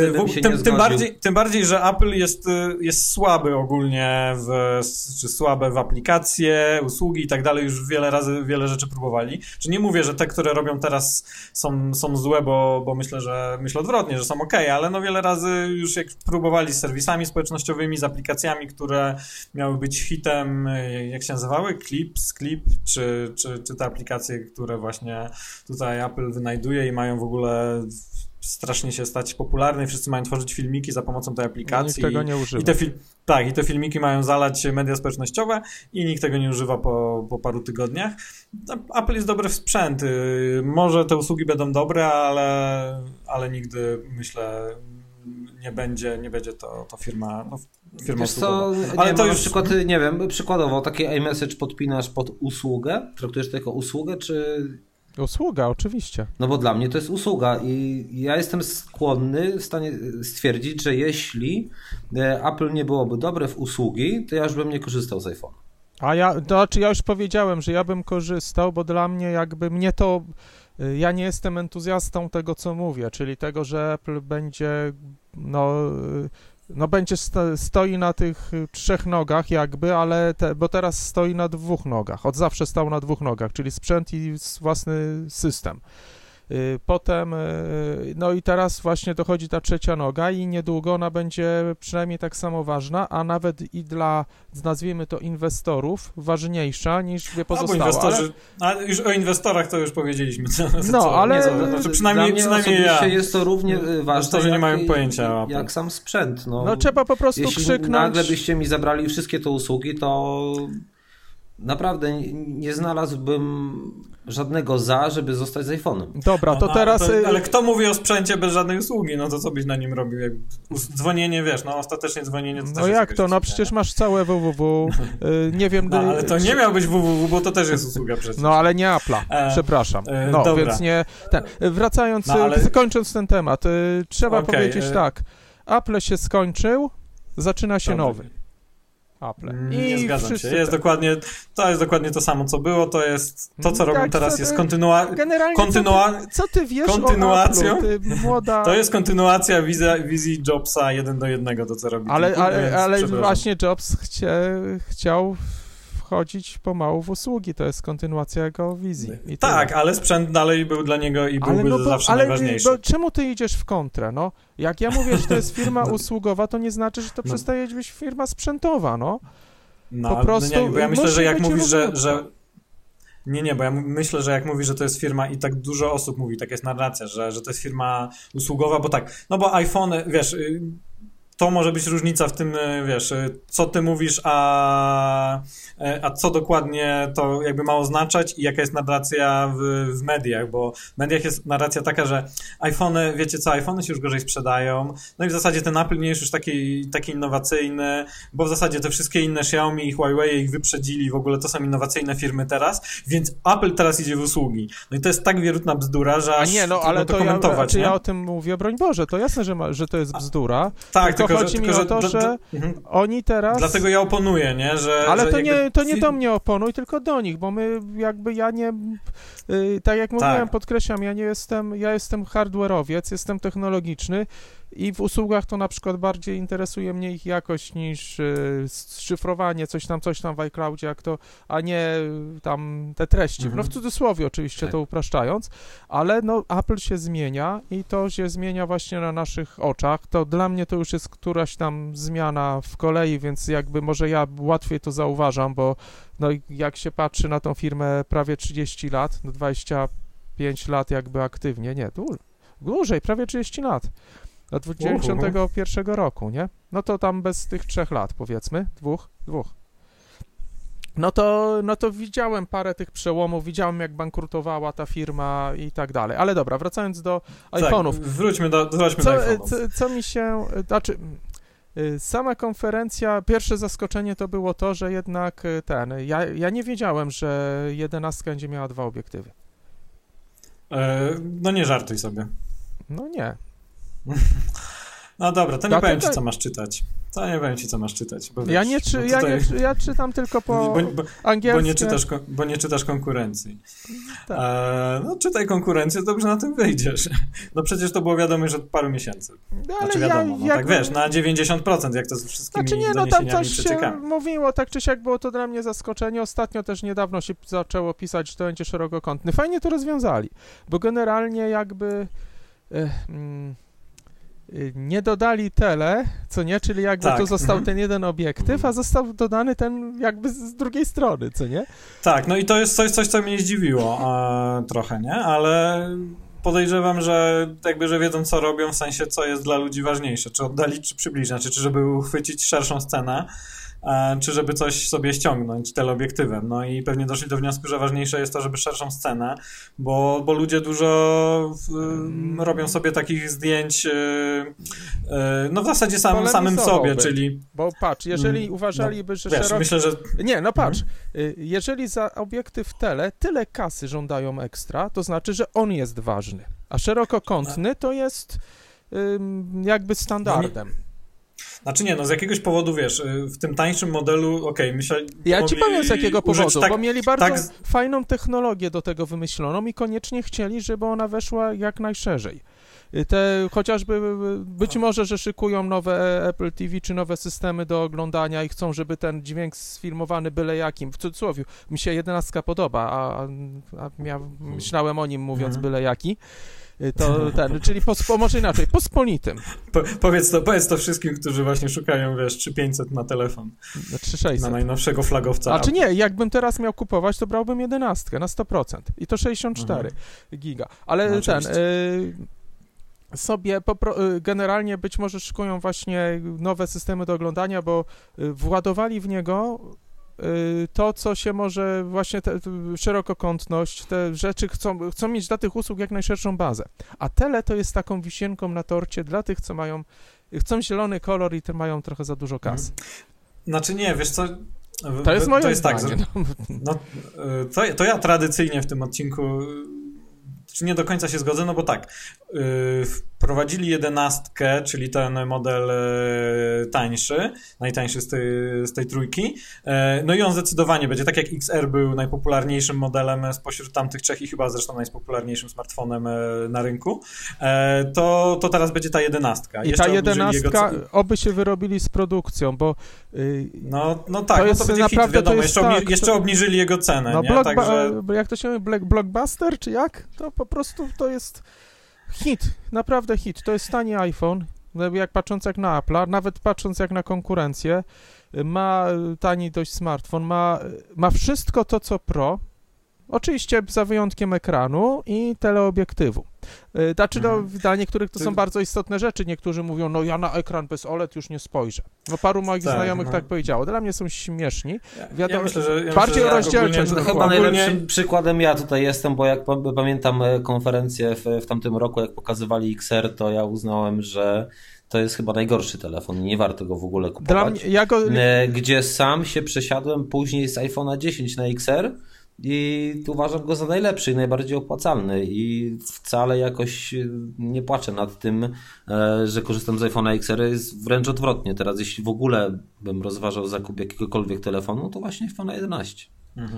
Tym bardziej, że Apple jest słaby ogólnie, czy słabe w aplikacje, usługi i tak dalej, już wiele rzeczy próbowali. Czy nie mówię, że te, które robią teraz są złe, bo myślę odwrotnie, że są okej, ale no wiele razy już jak próbowali z serwisami społecznościowymi, z aplikacjami, które miały być hitem, jak się nazywały? Clip, czy te aplikacje, które właśnie tutaj Apple wynajduje i mają w ogóle strasznie się stać popularne i wszyscy mają tworzyć filmiki za pomocą tej aplikacji. Nikt tego nie używa. I te filmiki mają zalać media społecznościowe i nikt tego nie używa po paru tygodniach. Apple jest dobry w sprzęt. Może te usługi będą dobre, ale nigdy, myślę, nie będzie to firma... Wiesz co, ale to już na przykład, nie wiem, przykładowo taki iMessage podpinasz pod usługę? Traktujesz to jako usługę, czy... Usługa, oczywiście. No bo dla mnie to jest usługa i ja jestem skłonny w stanie stwierdzić, że jeśli Apple nie byłoby dobre w usługi, to ja już bym nie korzystał z iPhone'a. Ja już powiedziałem, że ja bym korzystał, bo dla mnie jakby ja nie jestem entuzjastą tego, co mówię, czyli tego, że Apple będzie stoi na tych 3 nogach jakby, bo teraz stoi na 2 nogach. Od zawsze stał na 2 nogach, czyli sprzęt i własny system. Potem, no i teraz właśnie dochodzi ta 3. noga i niedługo ona będzie przynajmniej tak samo ważna, a nawet i dla, nazwijmy to, inwestorów ważniejsza niż dwie pozostałe. Ale już o inwestorach to już powiedzieliśmy. Przynajmniej ja. Jest to równie ważne, że nie mają pojęcia jak sam sprzęt. No trzeba po prostu jeśli krzyknąć. Nagle byście mi zabrali wszystkie te usługi, to naprawdę nie znalazłbym żadnego żeby zostać z iPhone'em. Dobra, to teraz... Ale kto mówi o sprzęcie bez żadnej usługi? No to co byś na nim robił? Dzwonienie, ostatecznie dzwonienie... To no jak to? No przecież masz całe www. Nie wiem... No, ale to nie miał być www, bo to też jest usługa przecież. No ale nie Apple'a, przepraszam. No, dobra. Więc nie... Wracając, kończąc ten temat, trzeba powiedzieć tak. Apple się skończył, zaczyna się nowy. Apple. Nie zgadzam się. To jest dokładnie to samo, co było. To jest to, co robią teraz, jest co ty wiesz kontynuacją. O Apple'u, ty młoda... To jest kontynuacja wizji Jobsa 1:1, to co robi. Ale właśnie Jobs chciał wchodzić pomału w usługi, to jest kontynuacja jego wizji. Tak, ale sprzęt dalej był dla niego i byłby zawsze najważniejszy. Ale czemu ty idziesz w kontrę, no? Jak ja mówię, że to jest firma usługowa, to nie znaczy, że to przestaje być firma sprzętowa, no. Po prostu nie, bo ja myślę, że jak mówisz, że... Nie, bo ja myślę, że jak mówisz, że to jest firma i tak dużo osób mówi, tak jest narracja, że to jest firma usługowa, bo tak, no bo iPhone, wiesz, to może być różnica w tym, wiesz, co ty mówisz, a co dokładnie to jakby ma oznaczać i jaka jest narracja w mediach, bo w mediach jest narracja taka, że iPhony, wiecie co, iPhony się już gorzej sprzedają, no i w zasadzie ten Apple nie jest już taki innowacyjny, bo w zasadzie te wszystkie inne Xiaomi i Huawei ich wyprzedzili, w ogóle to są innowacyjne firmy teraz, więc Apple teraz idzie w usługi. No i to jest tak wierutna bzdura, że aż ale to komentować. Ja o tym mówię, broń Boże, to jasne, że to jest bzdura. Tak, tylko chodzi mi o to, że oni teraz... Dlatego ja oponuję, nie? Ale to nie do mnie oponuj, tylko do nich, bo my jakby ja nie... Tak jak mówiłem, podkreślam, ja jestem hardware'owiec, jestem technologiczny i w usługach to na przykład bardziej interesuje mnie ich jakość niż szyfrowanie, coś tam w iCloudzie, a nie tam te treści. No w cudzysłowie oczywiście to upraszczając, ale no Apple się zmienia i to się zmienia właśnie na naszych oczach. To dla mnie to już jest któraś tam zmiana w kolei, więc jakby może ja łatwiej to zauważam, bo no jak się patrzy na tą firmę prawie 30 lat, no 25 lat jakby aktywnie, nie, dłużej, prawie 30 lat. Od 91 roku, nie? No to tam bez tych 3 lat, powiedzmy, dwóch. No to widziałem parę tych przełomów, widziałem jak bankrutowała ta firma i tak dalej. Ale dobra, wracając do iPhone'ów. Wróćmy do iPhone'ów. Co mi się... Znaczy, sama konferencja, pierwsze zaskoczenie to było to, że jednak ja nie wiedziałem, że 11 będzie miała 2 obiektywy. No nie żartuj sobie. No nie. No dobra, to nie powiem ci, co masz czytać. Bo wiesz, ja czytam tylko po angielsku. Bo nie czytasz konkurencji. Tak. No czytaj konkurencję, dobrze na tym wyjdziesz. No przecież to było wiadomo już od paru miesięcy. Ale wiadomo, tak wiesz, na 90%, jak to ze wszystkimi doniesieniami tam coś przeciekamy. się mówiło, tak czy siak było to dla mnie zaskoczenie. Ostatnio też niedawno się zaczęło pisać, że to będzie szerokokątny. Fajnie to rozwiązali, bo generalnie jakby... nie dodali tele, co nie? Czyli jakby tu został ten jeden obiektyw, a został dodany ten jakby z drugiej strony, co nie? Tak, no i to jest coś co mnie zdziwiło trochę, nie? Ale podejrzewam, że jakby, że wiedzą, co robią, w sensie, co jest dla ludzi ważniejsze, czy oddalić, czy przybliżyć, znaczy, czy żeby uchwycić szerszą scenę, czy żeby coś sobie ściągnąć teleobiektywem. No i pewnie doszli do wniosku, że ważniejsze jest to, żeby szerszą scenę, bo ludzie dużo robią sobie takich zdjęć no w zasadzie samym sobie, czyli... Bo patrz, jeżeli uważaliby, że myślę, że... Nie, no patrz, jeżeli za obiektyw tyle kasy żądają ekstra, to znaczy, że on jest ważny, a szerokokątny to jest jakby standardem. Znaczy nie, no z jakiegoś powodu, wiesz, w tym tańszym modelu, ja ci powiem z jakiego powodu, bo mieli bardzo fajną technologię do tego wymyśloną i koniecznie chcieli, żeby ona weszła jak najszerzej. Chociażby być może, że szykują nowe Apple TV czy nowe systemy do oglądania i chcą, żeby ten dźwięk sfilmowany byle jakim, w cudzysłowie, mi się 11 podoba, a myślałem o nim mówiąc byle jaki, czyli może inaczej, pospolitym. Powiedz to wszystkim, którzy właśnie szukają, wiesz, 3500 na telefon. 3600. Na najnowszego flagowca. A czy nie, jakbym teraz miał kupować, to brałbym 11 na 100% i to 64 giga. Ale no, sobie generalnie być może szykują właśnie nowe systemy do oglądania, bo władowali w niego to, co się może właśnie szerokokątność, te rzeczy chcą mieć dla tych usług jak najszerszą bazę. A tele to jest taką wisienką na torcie dla tych, co chcą zielony kolor i mają trochę za dużo kasy. Znaczy nie, wiesz co... To jest moje zdanie. To ja tradycyjnie w tym odcinku czy nie do końca się zgodzę, no bo tak, wprowadzili 11, czyli ten model tańszy, najtańszy z tej trójki, no i on zdecydowanie będzie, tak jak XR był najpopularniejszym modelem spośród tamtych trzech i chyba zresztą najpopularniejszym smartfonem na rynku, to teraz będzie ta 11. I ta 11, oby się wyrobili z produkcją, bo no tak, to, to będzie naprawdę hit, wiadomo, jeszcze obniżyli jego cenę, no nie? Także... Jak to się mówi, blockbuster, czy jak? To po prostu to jest hit, naprawdę hit. To jest tani iPhone, jak patrząc jak na Apple'a, nawet patrząc jak na konkurencję, ma tani dość smartfon, ma wszystko to, co Pro, oczywiście za wyjątkiem ekranu i teleobiektywu. Znaczy, dla niektórych to są bardzo istotne rzeczy. Niektórzy mówią, no ja na ekran bez OLED już nie spojrzę. No paru moich znajomych tak powiedziało. Dla mnie są śmieszni. Wiadomo, bardziej rozdzielczość. Chyba najlepszym przykładem ja tutaj jestem, bo jak pamiętam konferencję w tamtym roku, jak pokazywali XR, to ja uznałem, że to jest chyba najgorszy telefon i nie warto go w ogóle kupować. Gdzie sam się przesiadłem później z iPhone'a 10 na XR i uważam go za najlepszy i najbardziej opłacalny i wcale jakoś nie płaczę nad tym, że korzystam z iPhone'a XR. Jest wręcz odwrotnie. Teraz jeśli w ogóle bym rozważał zakup jakiegokolwiek telefonu, to właśnie iPhone'a 11.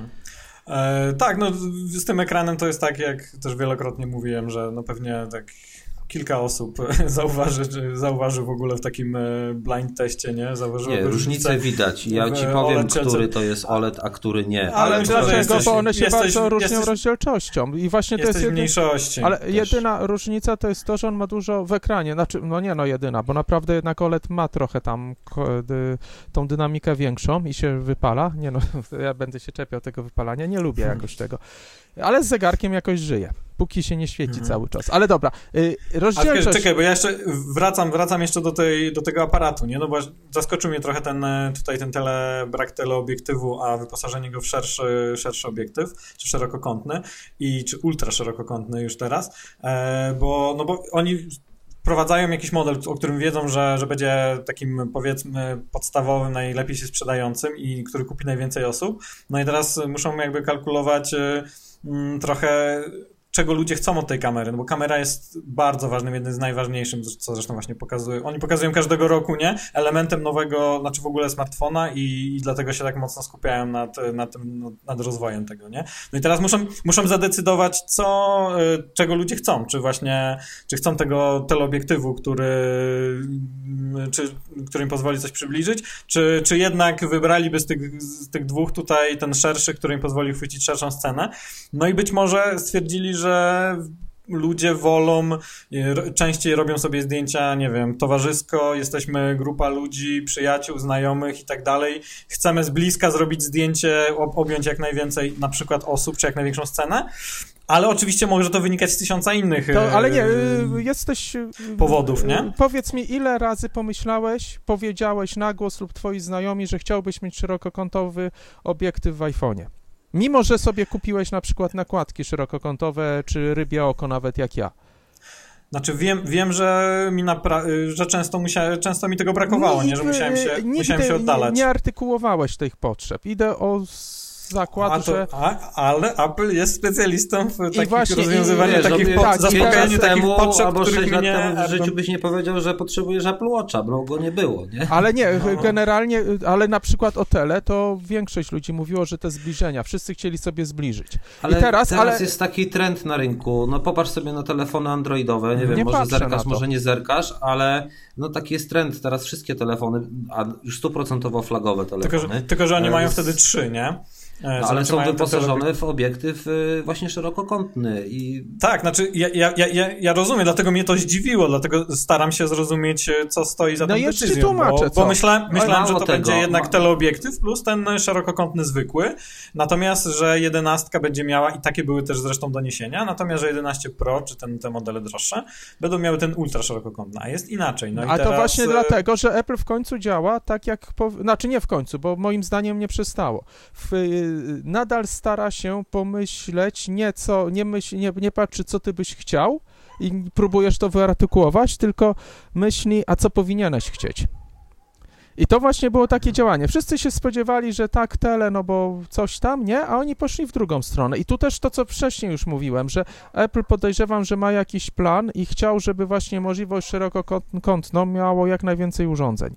Tak, no z tym ekranem to jest tak, jak też wielokrotnie mówiłem, że no pewnie tak kilka osób zauważy w ogóle w takim blind teście, nie? Nie, różnicę widać. Ja ci powiem, który to jest OLED, a który nie. Ale dlaczego? Bo one się bardzo różnią rozdzielczością. I właśnie to jest mniejszości. Ale jedyna różnica to jest to, że on ma dużo w ekranie. Znaczy, no nie jedyna, bo naprawdę jednak OLED ma trochę tam tą dynamikę większą i się wypala. Nie no, ja będę się czepiał tego wypalania. Nie lubię jakoś tego. Ale z zegarkiem jakoś żyję. Póki się nie świeci cały czas. Ale dobra, rozdzielczość... Czekaj, bo ja jeszcze wracam jeszcze do tego aparatu, nie? No bo zaskoczył mnie trochę ten brak teleobiektywu, a wyposażenie go w szerszy obiektyw, czy szerokokątny, czy ultra szerokokątny już teraz, bo oni wprowadzają jakiś model, o którym wiedzą, że będzie takim, powiedzmy, podstawowym, najlepiej się sprzedającym i który kupi najwięcej osób. No i teraz muszą jakby kalkulować trochę, czego ludzie chcą od tej kamery, no bo kamera jest bardzo ważnym, jednym z najważniejszym, co zresztą właśnie oni pokazują każdego roku, nie? Elementem nowego, znaczy w ogóle smartfona i dlatego się tak mocno skupiają nad rozwojem tego, nie? No i teraz muszą zadecydować, czego ludzie chcą, czy chcą tego teleobiektywu, który im pozwoli coś przybliżyć, czy jednak wybraliby z tych dwóch tutaj ten szerszy, który im pozwoli chwycić szerszą scenę. No i być może stwierdzili, że ludzie częściej robią sobie zdjęcia, nie wiem, towarzysko, jesteśmy grupa ludzi, przyjaciół, znajomych i tak dalej. Chcemy z bliska zrobić zdjęcie, objąć jak najwięcej na przykład osób, czy jak największą scenę. Ale oczywiście może to wynikać z tysiąca innych ale nie, jesteś powodów, nie? Powiedz mi, ile razy powiedziałeś na głos lub twoi znajomi, że chciałbyś mieć szerokokątowy obiektyw w iPhone'ie? Mimo że sobie kupiłeś na przykład nakładki szerokokątowe, czy rybie oko nawet jak ja. Znaczy wiem, że często mi tego brakowało, że musiałem się oddalać. Nie artykułowałeś tych potrzeb. Idę o zakład, że... Ale Apple jest specjalistą w rozwiązywaniu takich zaspokajaniu takich potrzeb, albo 6 lat temu w życiu Apple... byś nie powiedział, że potrzebujesz Apple Watcha, bo go nie było, nie? Ale nie, generalnie, ale na przykład o tele, to większość ludzi mówiło, że te zbliżenia, wszyscy chcieli sobie zbliżyć. Ale teraz jest taki trend na rynku, no popatrz sobie na telefony androidowe, nie wiem, może zerkasz, może nie zerkasz, ale no taki jest trend, teraz wszystkie telefony, a już 100% flagowe telefony. Tylko, że oni mają wtedy 3, nie? Ale są wyposażone w obiektyw właśnie szerokokątny. Tak, znaczy ja rozumiem, dlatego mnie to zdziwiło, dlatego staram się zrozumieć, co stoi za tą decyzją, bo myślałem, że to będzie jednak teleobiektyw plus ten szerokokątny zwykły, natomiast, że 11 będzie miała, i takie były też zresztą doniesienia, natomiast, że 11 Pro, czy te modele droższe, będą miały ten ultra szerokokątny, a jest inaczej. No a to właśnie dlatego, że Apple w końcu działa tak jak, znaczy nie w końcu, bo moim zdaniem nie przestało. Nadal stara się pomyśleć nie patrzy, co ty byś chciał i próbujesz to wyartykułować, tylko myśli, a co powinieneś chcieć. I to właśnie było takie działanie. Wszyscy się spodziewali, że tak, tele, no bo coś tam, nie? A oni poszli w drugą stronę. I tu też to, co wcześniej już mówiłem, że Apple podejrzewam, że ma jakiś plan i chciał, żeby właśnie możliwość szerokokątną miało jak najwięcej urządzeń.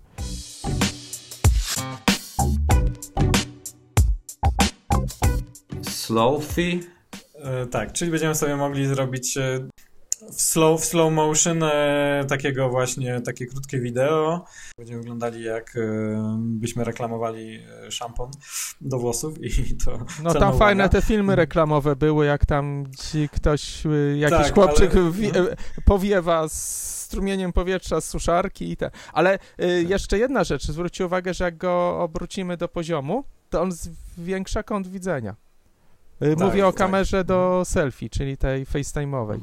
Slow-fi? Tak, czyli będziemy sobie mogli zrobić w slow motion takie krótkie wideo. Będziemy wyglądali jak byśmy reklamowali szampon do włosów i to... No tam fajne te filmy reklamowe były, jak tam jakiś chłopczyk powiewa z strumieniem powietrza z suszarki i te. Ale jeszcze jedna rzecz, zwróćcie uwagę, że jak go obrócimy do poziomu, to on zwiększa kąt widzenia. Mówię o kamerze do selfie, czyli tej FaceTime'owej.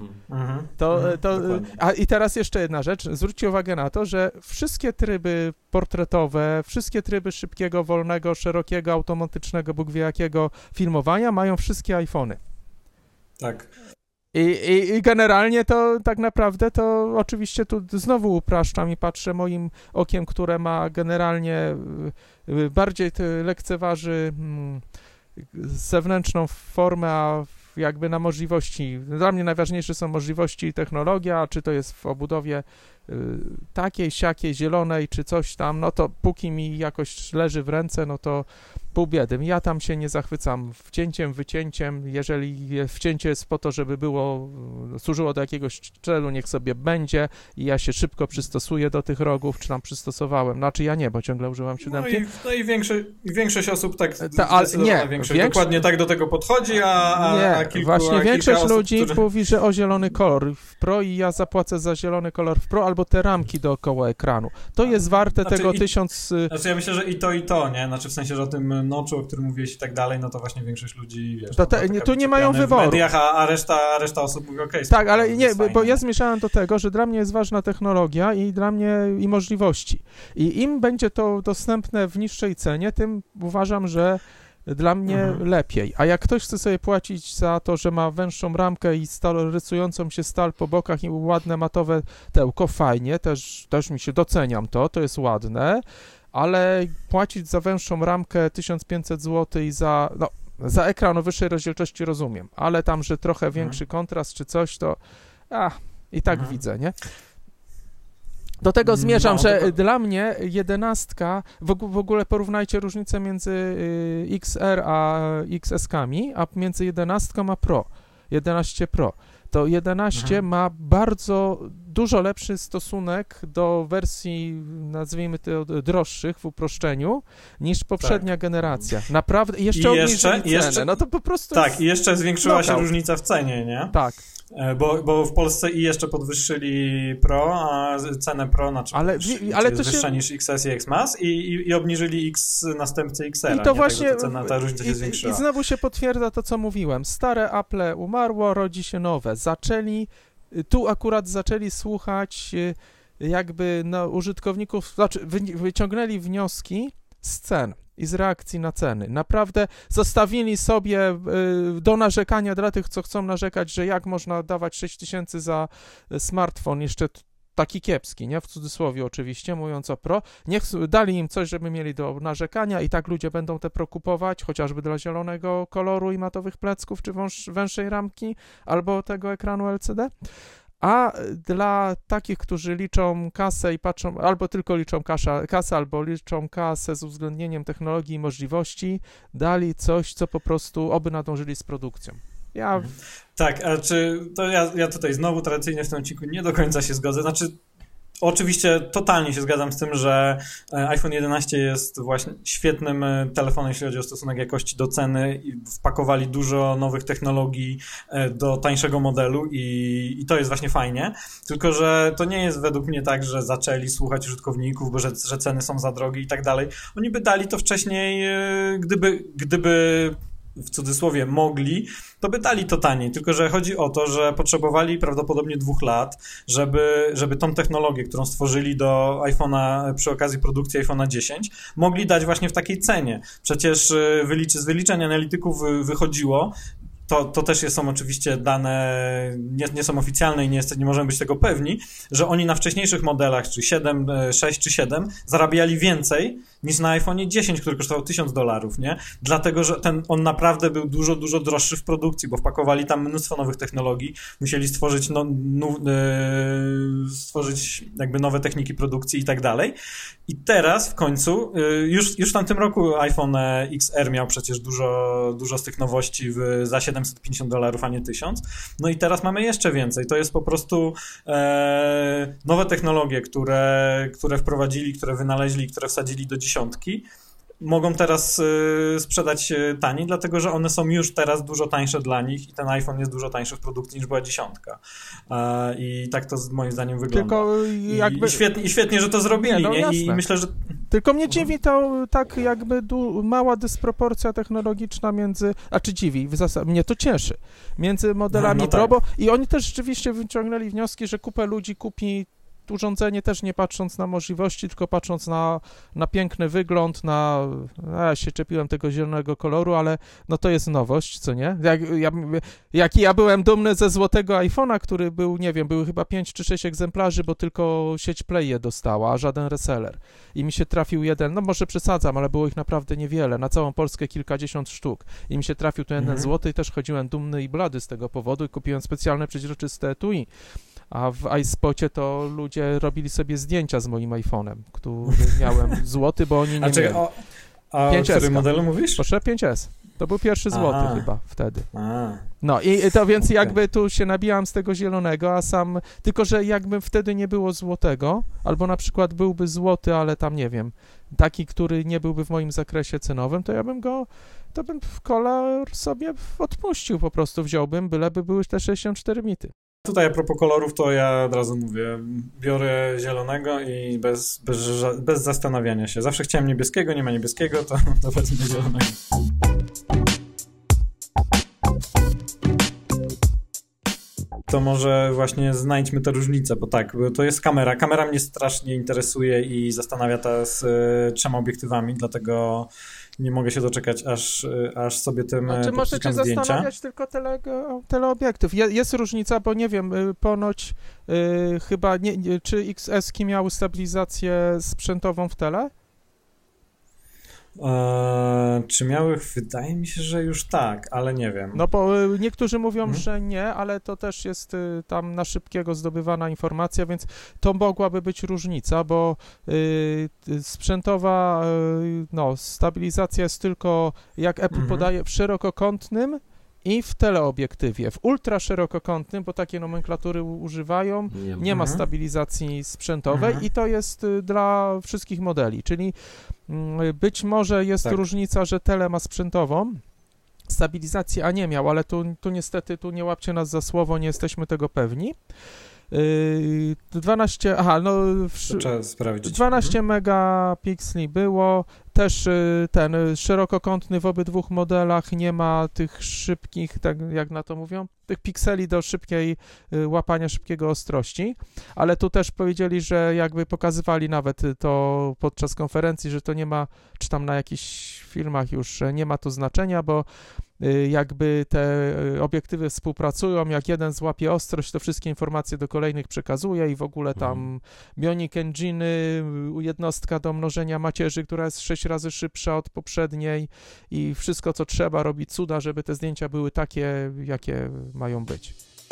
I teraz jeszcze jedna rzecz. Zwróćcie uwagę na to, że wszystkie tryby portretowe, wszystkie tryby szybkiego, wolnego, szerokiego, automatycznego, Bóg wie jakiego filmowania mają wszystkie iPhony. Tak. I generalnie to tak naprawdę to oczywiście tu znowu upraszczam i patrzę moim okiem, które ma generalnie bardziej lekceważy zewnętrzną formę, a jakby na możliwości. Dla mnie najważniejsze są możliwości i technologia, czy to jest w obudowie takiej, siakiej, zielonej, czy coś tam, no to póki mi jakoś leży w ręce, no to pół biedy. Ja tam się nie zachwycam wcięciem, wycięciem. Jeżeli wcięcie jest po to, żeby służyło do jakiegoś celu, niech sobie będzie i ja się szybko przystosuję do tych rogów, czy tam przystosowałem. Znaczy ja nie, bo ciągle używam 7. No i większość osób dokładnie tak do tego podchodzi, a większość ludzi którzy... mówi, że o zielony kolor w Pro i ja zapłacę za zielony kolor w Pro albo te ramki dookoła ekranu. To jest warte tego 1000... Znaczy ja myślę, że i to, nie? Znaczy w sensie, że o tym noczu, o którym mówiłeś i tak dalej, no to właśnie większość ludzi, wiesz... Tu nie mają wyboru. W mediach, a reszta osób mówi, okej. Tak, ale nie, bo ja zmierzałem do tego, że dla mnie jest ważna technologia i dla mnie i możliwości. I im będzie to dostępne w niższej cenie, tym uważam, że dla mnie lepiej. A jak ktoś chce sobie płacić za to, że ma węższą ramkę i rysującą się stal po bokach i ładne matowe tełko, fajnie, też mi się doceniam to jest ładne, ale płacić za węższą ramkę 1500 zł i za ekran o wyższej rozdzielczości rozumiem, ale tam, że trochę większy kontrast czy coś, to i tak widzę, nie? Do tego zmierzam, że dla mnie 11, w ogóle porównajcie różnicę między XR a XS-kami, a między 11 a Pro, 11 Pro. To 11 ma bardzo dużo lepszy stosunek do wersji, nazwijmy to droższych w uproszczeniu, niż poprzednia generacja. Naprawdę, jeszcze obniżyli cenę. No to po prostu tak, i jeszcze zwiększyła się różnica w cenie, nie? Tak. Bo w Polsce i jeszcze podwyższyli Pro, a cenę Pro ale to jest wyższa niż XS i X Max i obniżyli następcy XR. I to właśnie ta różnica się zwiększyła. I znowu się potwierdza to, co mówiłem. Stare Apple umarło, rodzi się nowe. Zaczęli słuchać jakby użytkowników, wyciągnęli wnioski z cen i z reakcji na ceny. Naprawdę zostawili sobie do narzekania dla tych, co chcą narzekać, że jak można dawać 6000 za smartfon, jeszcze taki kiepski, nie? W cudzysłowie oczywiście, mówiąc o Pro. Niech dali im coś, żeby mieli do narzekania i tak ludzie będą te Pro kupować, chociażby dla zielonego koloru i matowych plecków, czy węższej ramki, albo tego ekranu LCD. A dla takich, którzy liczą kasę i patrzą, albo tylko liczą kasę, albo liczą kasę z uwzględnieniem technologii i możliwości, dali coś, co po prostu oby nadążyli z produkcją. Tak, a ja tutaj znowu tradycyjnie w tym odcinku nie do końca się zgodzę. Znaczy, oczywiście totalnie się zgadzam z tym, że iPhone 11 jest właśnie świetnym telefonem, jeśli chodzi o stosunek jakości do ceny i wpakowali dużo nowych technologii do tańszego modelu i to jest właśnie fajnie, tylko że to nie jest według mnie tak, że zaczęli słuchać użytkowników, bo że ceny są za drogie i tak dalej. Oni by dali to wcześniej, gdyby w cudzysłowie mogli, to by dali to taniej, tylko że chodzi o to, że potrzebowali prawdopodobnie 2 lat, żeby tą technologię, którą stworzyli do iPhone'a przy okazji produkcji iPhone'a 10, mogli dać właśnie w takiej cenie. Przecież z wyliczeń analityków wychodziło, to też są oczywiście dane, nie są oficjalne i nie możemy być tego pewni, że oni na wcześniejszych modelach, czy 7, 6 czy 7, zarabiali więcej niż na iPhone 10, który kosztował $1000, nie? Dlatego, że on naprawdę był dużo, dużo droższy w produkcji, bo wpakowali tam mnóstwo nowych technologii, musieli stworzyć jakby nowe techniki produkcji i tak dalej. I teraz w końcu, już w tamtym roku iPhone XR miał przecież dużo z tych nowości za $750, a nie 1000. No i teraz mamy jeszcze więcej. To jest po prostu nowe technologie, które wprowadzili, które wynaleźli, które wsadzili do 10. Mogą teraz sprzedać taniej, dlatego że one są już teraz dużo tańsze dla nich i ten iPhone jest dużo tańszy w produkcji niż była 10. I tak to moim zdaniem wygląda. Tylko jakby... I świetnie, że to zrobili, no, nie? I myślę, że... Tylko mnie dziwi to tak jakby mała dysproporcja technologiczna mnie to cieszy, między modelami Pro, tak. I oni też rzeczywiście wyciągnęli wnioski, że kupę ludzi kupi urządzenie też nie patrząc na możliwości, tylko patrząc na piękny wygląd, ja się czepiłem tego zielonego koloru, ale no to jest nowość, co nie? Ja byłem dumny ze złotego iPhone'a, który był, nie wiem, były chyba 5 czy 6 egzemplarzy, bo tylko sieć Play je dostała, a żaden reseller. I mi się trafił jeden, no może przesadzam, ale było ich naprawdę niewiele, na całą Polskę kilkadziesiąt sztuk. I mi się trafił ten jeden złoty i też chodziłem dumny i blady z tego powodu i kupiłem specjalne przeźroczyste etui. A w iSpocie to ludzie robili sobie zdjęcia z moim iPhone'em, który miałem złoty, bo oni nie mieli. A o którym modelu mówisz? Proszę, 5S. To był pierwszy złoty chyba wtedy. No i to więc jakby tu się nabijam z tego zielonego, a sam... Tylko, że jakby wtedy nie było złotego, albo na przykład byłby złoty, ale tam nie wiem, taki, który nie byłby w moim zakresie cenowym, to ja bym w kolor sobie odpuścił, po prostu wziąłbym, byleby były te 64 bity. Tutaj a propos kolorów, to ja od razu mówię, biorę zielonego i bez zastanawiania się. Zawsze chciałem niebieskiego, nie ma niebieskiego, to wezmę zielonego. To może właśnie znajdźmy te różnice, bo tak, to jest kamera. Kamera mnie strasznie interesuje i zastanawia ta z 3 obiektywami, dlatego nie mogę się doczekać, aż sobie tym Czy możecie zastanawiać tylko teleobiektyw? Jest różnica, bo nie wiem, ponoć chyba, czy XS-ki miały stabilizację sprzętową w tele? Czy miały? Wydaje mi się, że już tak, ale nie wiem. No bo niektórzy mówią, że nie, ale to też jest tam na szybkiego zdobywana informacja, więc to mogłaby być różnica, bo sprzętowa stabilizacja jest tylko, jak Apple podaje, w szerokokątnym i w teleobiektywie. W ultraszerokokątnym, bo takie nomenklatury używają, nie ma stabilizacji sprzętowej i to jest dla wszystkich modeli, czyli być może jest różnica, że tele ma sprzętową stabilizację, a nie miał, ale tu niestety, nie łapcie nas za słowo, nie jesteśmy tego pewni. 12 megapikseli było, też ten szerokokątny w obydwu modelach, nie ma tych szybkich, tak jak na to mówią, tych pikseli do łapania szybkiego ostrości, ale tu też powiedzieli, że jakby pokazywali nawet to podczas konferencji, że to nie ma, czy tam na jakichś filmach już, że nie ma tu znaczenia, bo jakby te obiektywy współpracują, jak jeden złapie ostrość, to wszystkie informacje do kolejnych przekazuje i w ogóle tam Bionic Engine, jednostka do mnożenia macierzy, która jest 6 razy szybsza od poprzedniej i wszystko, co trzeba, robi cuda, żeby te zdjęcia były takie, jakie mają być.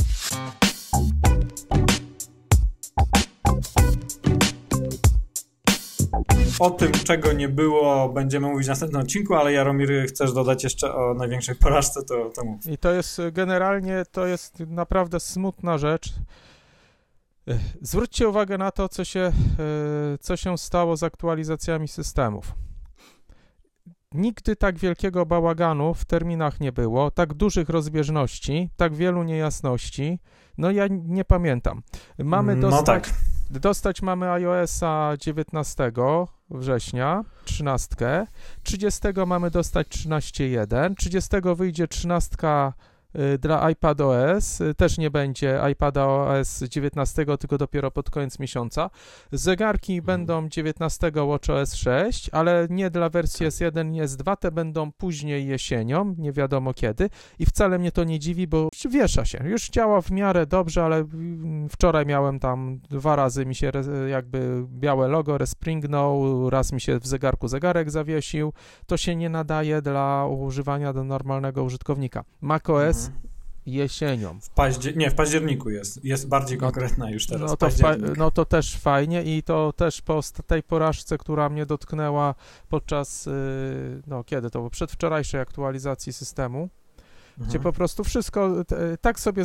O tym, czego nie było, będziemy mówić w następnym odcinku, ale Jaromir, chcesz dodać jeszcze o największej porażce, to mów. I to jest generalnie, naprawdę smutna rzecz. Zwróćcie uwagę na to, co się stało z aktualizacjami systemów. Nigdy tak wielkiego bałaganu w terminach nie było, tak dużych rozbieżności, tak wielu niejasności. No ja nie pamiętam. Mamy mamy iOS-a 19 września, 13, 30 mamy dostać 13.1, 30 wyjdzie 13 dla iPadOS. Też nie będzie iPadOS 19, tylko dopiero pod koniec miesiąca. Zegarki będą 19 WatchOS 6, ale nie dla wersji S1 i S2, te będą później jesienią, nie wiadomo kiedy i wcale mnie to nie dziwi, bo wiesza się. Już działa w miarę dobrze, ale wczoraj miałem tam 2 razy mi się jakby białe logo respringnął, raz mi się w zegarku zegarek zawiesił. To się nie nadaje dla używania do normalnego użytkownika. macOS jesienią. W październiku jest bardziej konkretna już teraz. To też fajnie i to też po tej porażce, która mnie dotknęła podczas, kiedy to było, przedwczorajszej aktualizacji systemu, gdzie po prostu wszystko tak sobie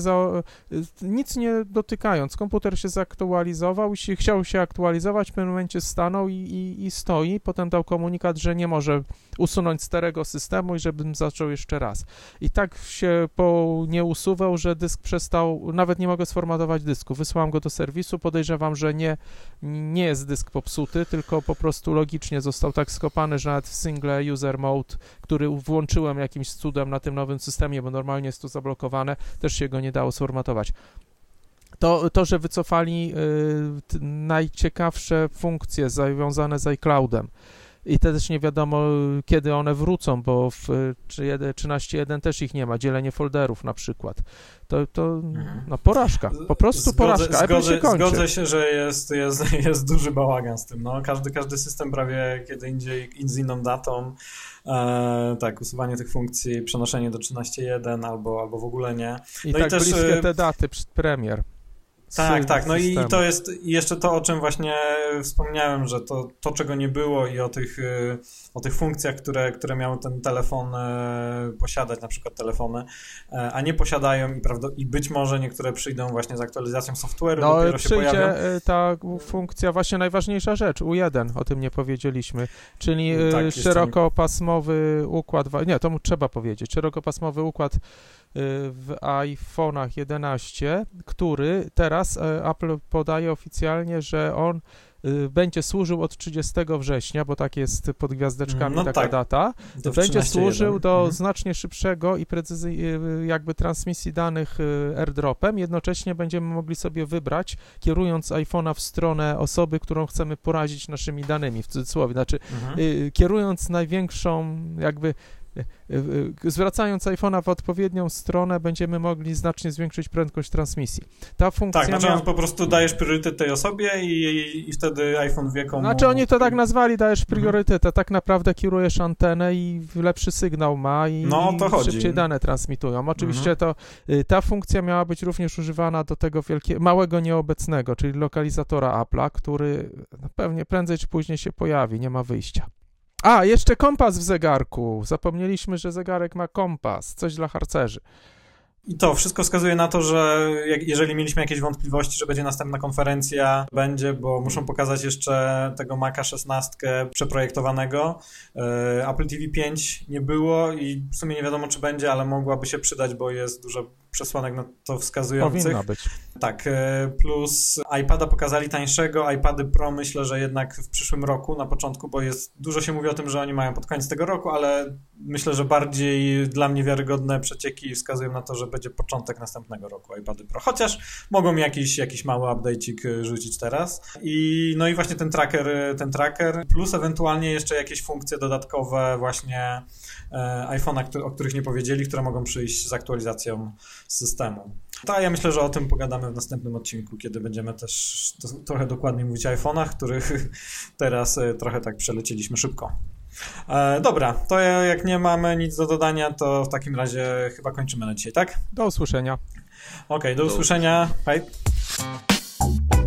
nic nie dotykając, komputer się zaktualizował i chciał się aktualizować, w pewnym momencie stanął i stoi, potem dał komunikat, że nie może usunąć starego systemu i żebym zaczął jeszcze raz. I tak się nie usuwał, że dysk przestał, nawet nie mogę sformatować dysku. Wysłałem go do serwisu, podejrzewam, że nie jest dysk popsuty, tylko po prostu logicznie został tak skopany, że nawet w single user mode, który włączyłem jakimś cudem na tym nowym systemie, bo normalnie jest to zablokowane, też się go nie dało sformatować. To, że wycofali najciekawsze funkcje związane z iCloudem i też nie wiadomo, kiedy one wrócą, bo w 13.1 też ich nie ma, dzielenie folderów na przykład. To porażka, po prostu porażka. Zgodzę się, że jest duży bałagan z tym. No, każdy system prawie kiedy indziej z inną datą, usuwanie tych funkcji, przenoszenie do 13.1 albo w ogóle nie. I tak też bliskie te daty premier. Tak, no i to jest jeszcze to, o czym właśnie wspomniałem, że to czego nie było i o tych funkcjach, które miał ten telefon posiadać, na przykład telefony, a nie posiadają i być może niektóre przyjdą właśnie z aktualizacją software'u, dopiero się pojawią. Ta funkcja, właśnie najważniejsza rzecz, U1, o tym nie powiedzieliśmy, czyli szerokopasmowy układ, to trzeba powiedzieć, szerokopasmowy układ w iPhone'ach 11, który teraz Apple podaje oficjalnie, że on będzie służył od 30 września, bo tak jest pod gwiazdeczkami data, będzie służył do znacznie szybszego i jakby transmisji danych airdropem. Jednocześnie będziemy mogli sobie wybrać, kierując iPhone'a w stronę osoby, którą chcemy porazić naszymi danymi, w cudzysłowie, znaczy kierując największą jakby zwracając iPhone'a w odpowiednią stronę, będziemy mogli znacznie zwiększyć prędkość transmisji. Ta funkcja po prostu dajesz priorytet tej osobie i wtedy iPhone wie komu... Znaczy oni to tak nazwali, dajesz priorytet, a tak naprawdę kierujesz antenę i lepszy sygnał ma i szybciej dane transmitują. Oczywiście ta funkcja miała być również używana do tego małego nieobecnego, czyli lokalizatora Apple'a, który pewnie prędzej czy później się pojawi, nie ma wyjścia. Jeszcze kompas w zegarku. Zapomnieliśmy, że zegarek ma kompas. Coś dla harcerzy. I to wszystko wskazuje na to, że jeżeli mieliśmy jakieś wątpliwości, że będzie następna konferencja, bo muszą pokazać jeszcze tego Maca 16 przeprojektowanego. Apple TV 5 nie było i w sumie nie wiadomo, czy będzie, ale mogłaby się przydać, bo jest dużo przesłanek na to wskazujących. Powinna być. Tak, plus iPada pokazali tańszego, iPady Pro myślę, że jednak w przyszłym roku na początku, bo dużo się mówi o tym, że oni mają pod koniec tego roku, ale myślę, że bardziej dla mnie wiarygodne przecieki wskazują na to, że będzie początek następnego roku iPady Pro, chociaż mogą jakiś mały update'cik rzucić teraz. I właśnie ten tracker, plus ewentualnie jeszcze jakieś funkcje dodatkowe właśnie iPhone'a, o których nie powiedzieli, które mogą przyjść z aktualizacją systemu. Ja myślę, że o tym pogadamy w następnym odcinku, kiedy będziemy też trochę dokładniej mówić o iPhone'ach, których teraz trochę tak przelecieliśmy szybko. Dobra, to jak nie mamy nic do dodania, to w takim razie chyba kończymy na dzisiaj, tak? Do usłyszenia. Okej, do usłyszenia. Hej.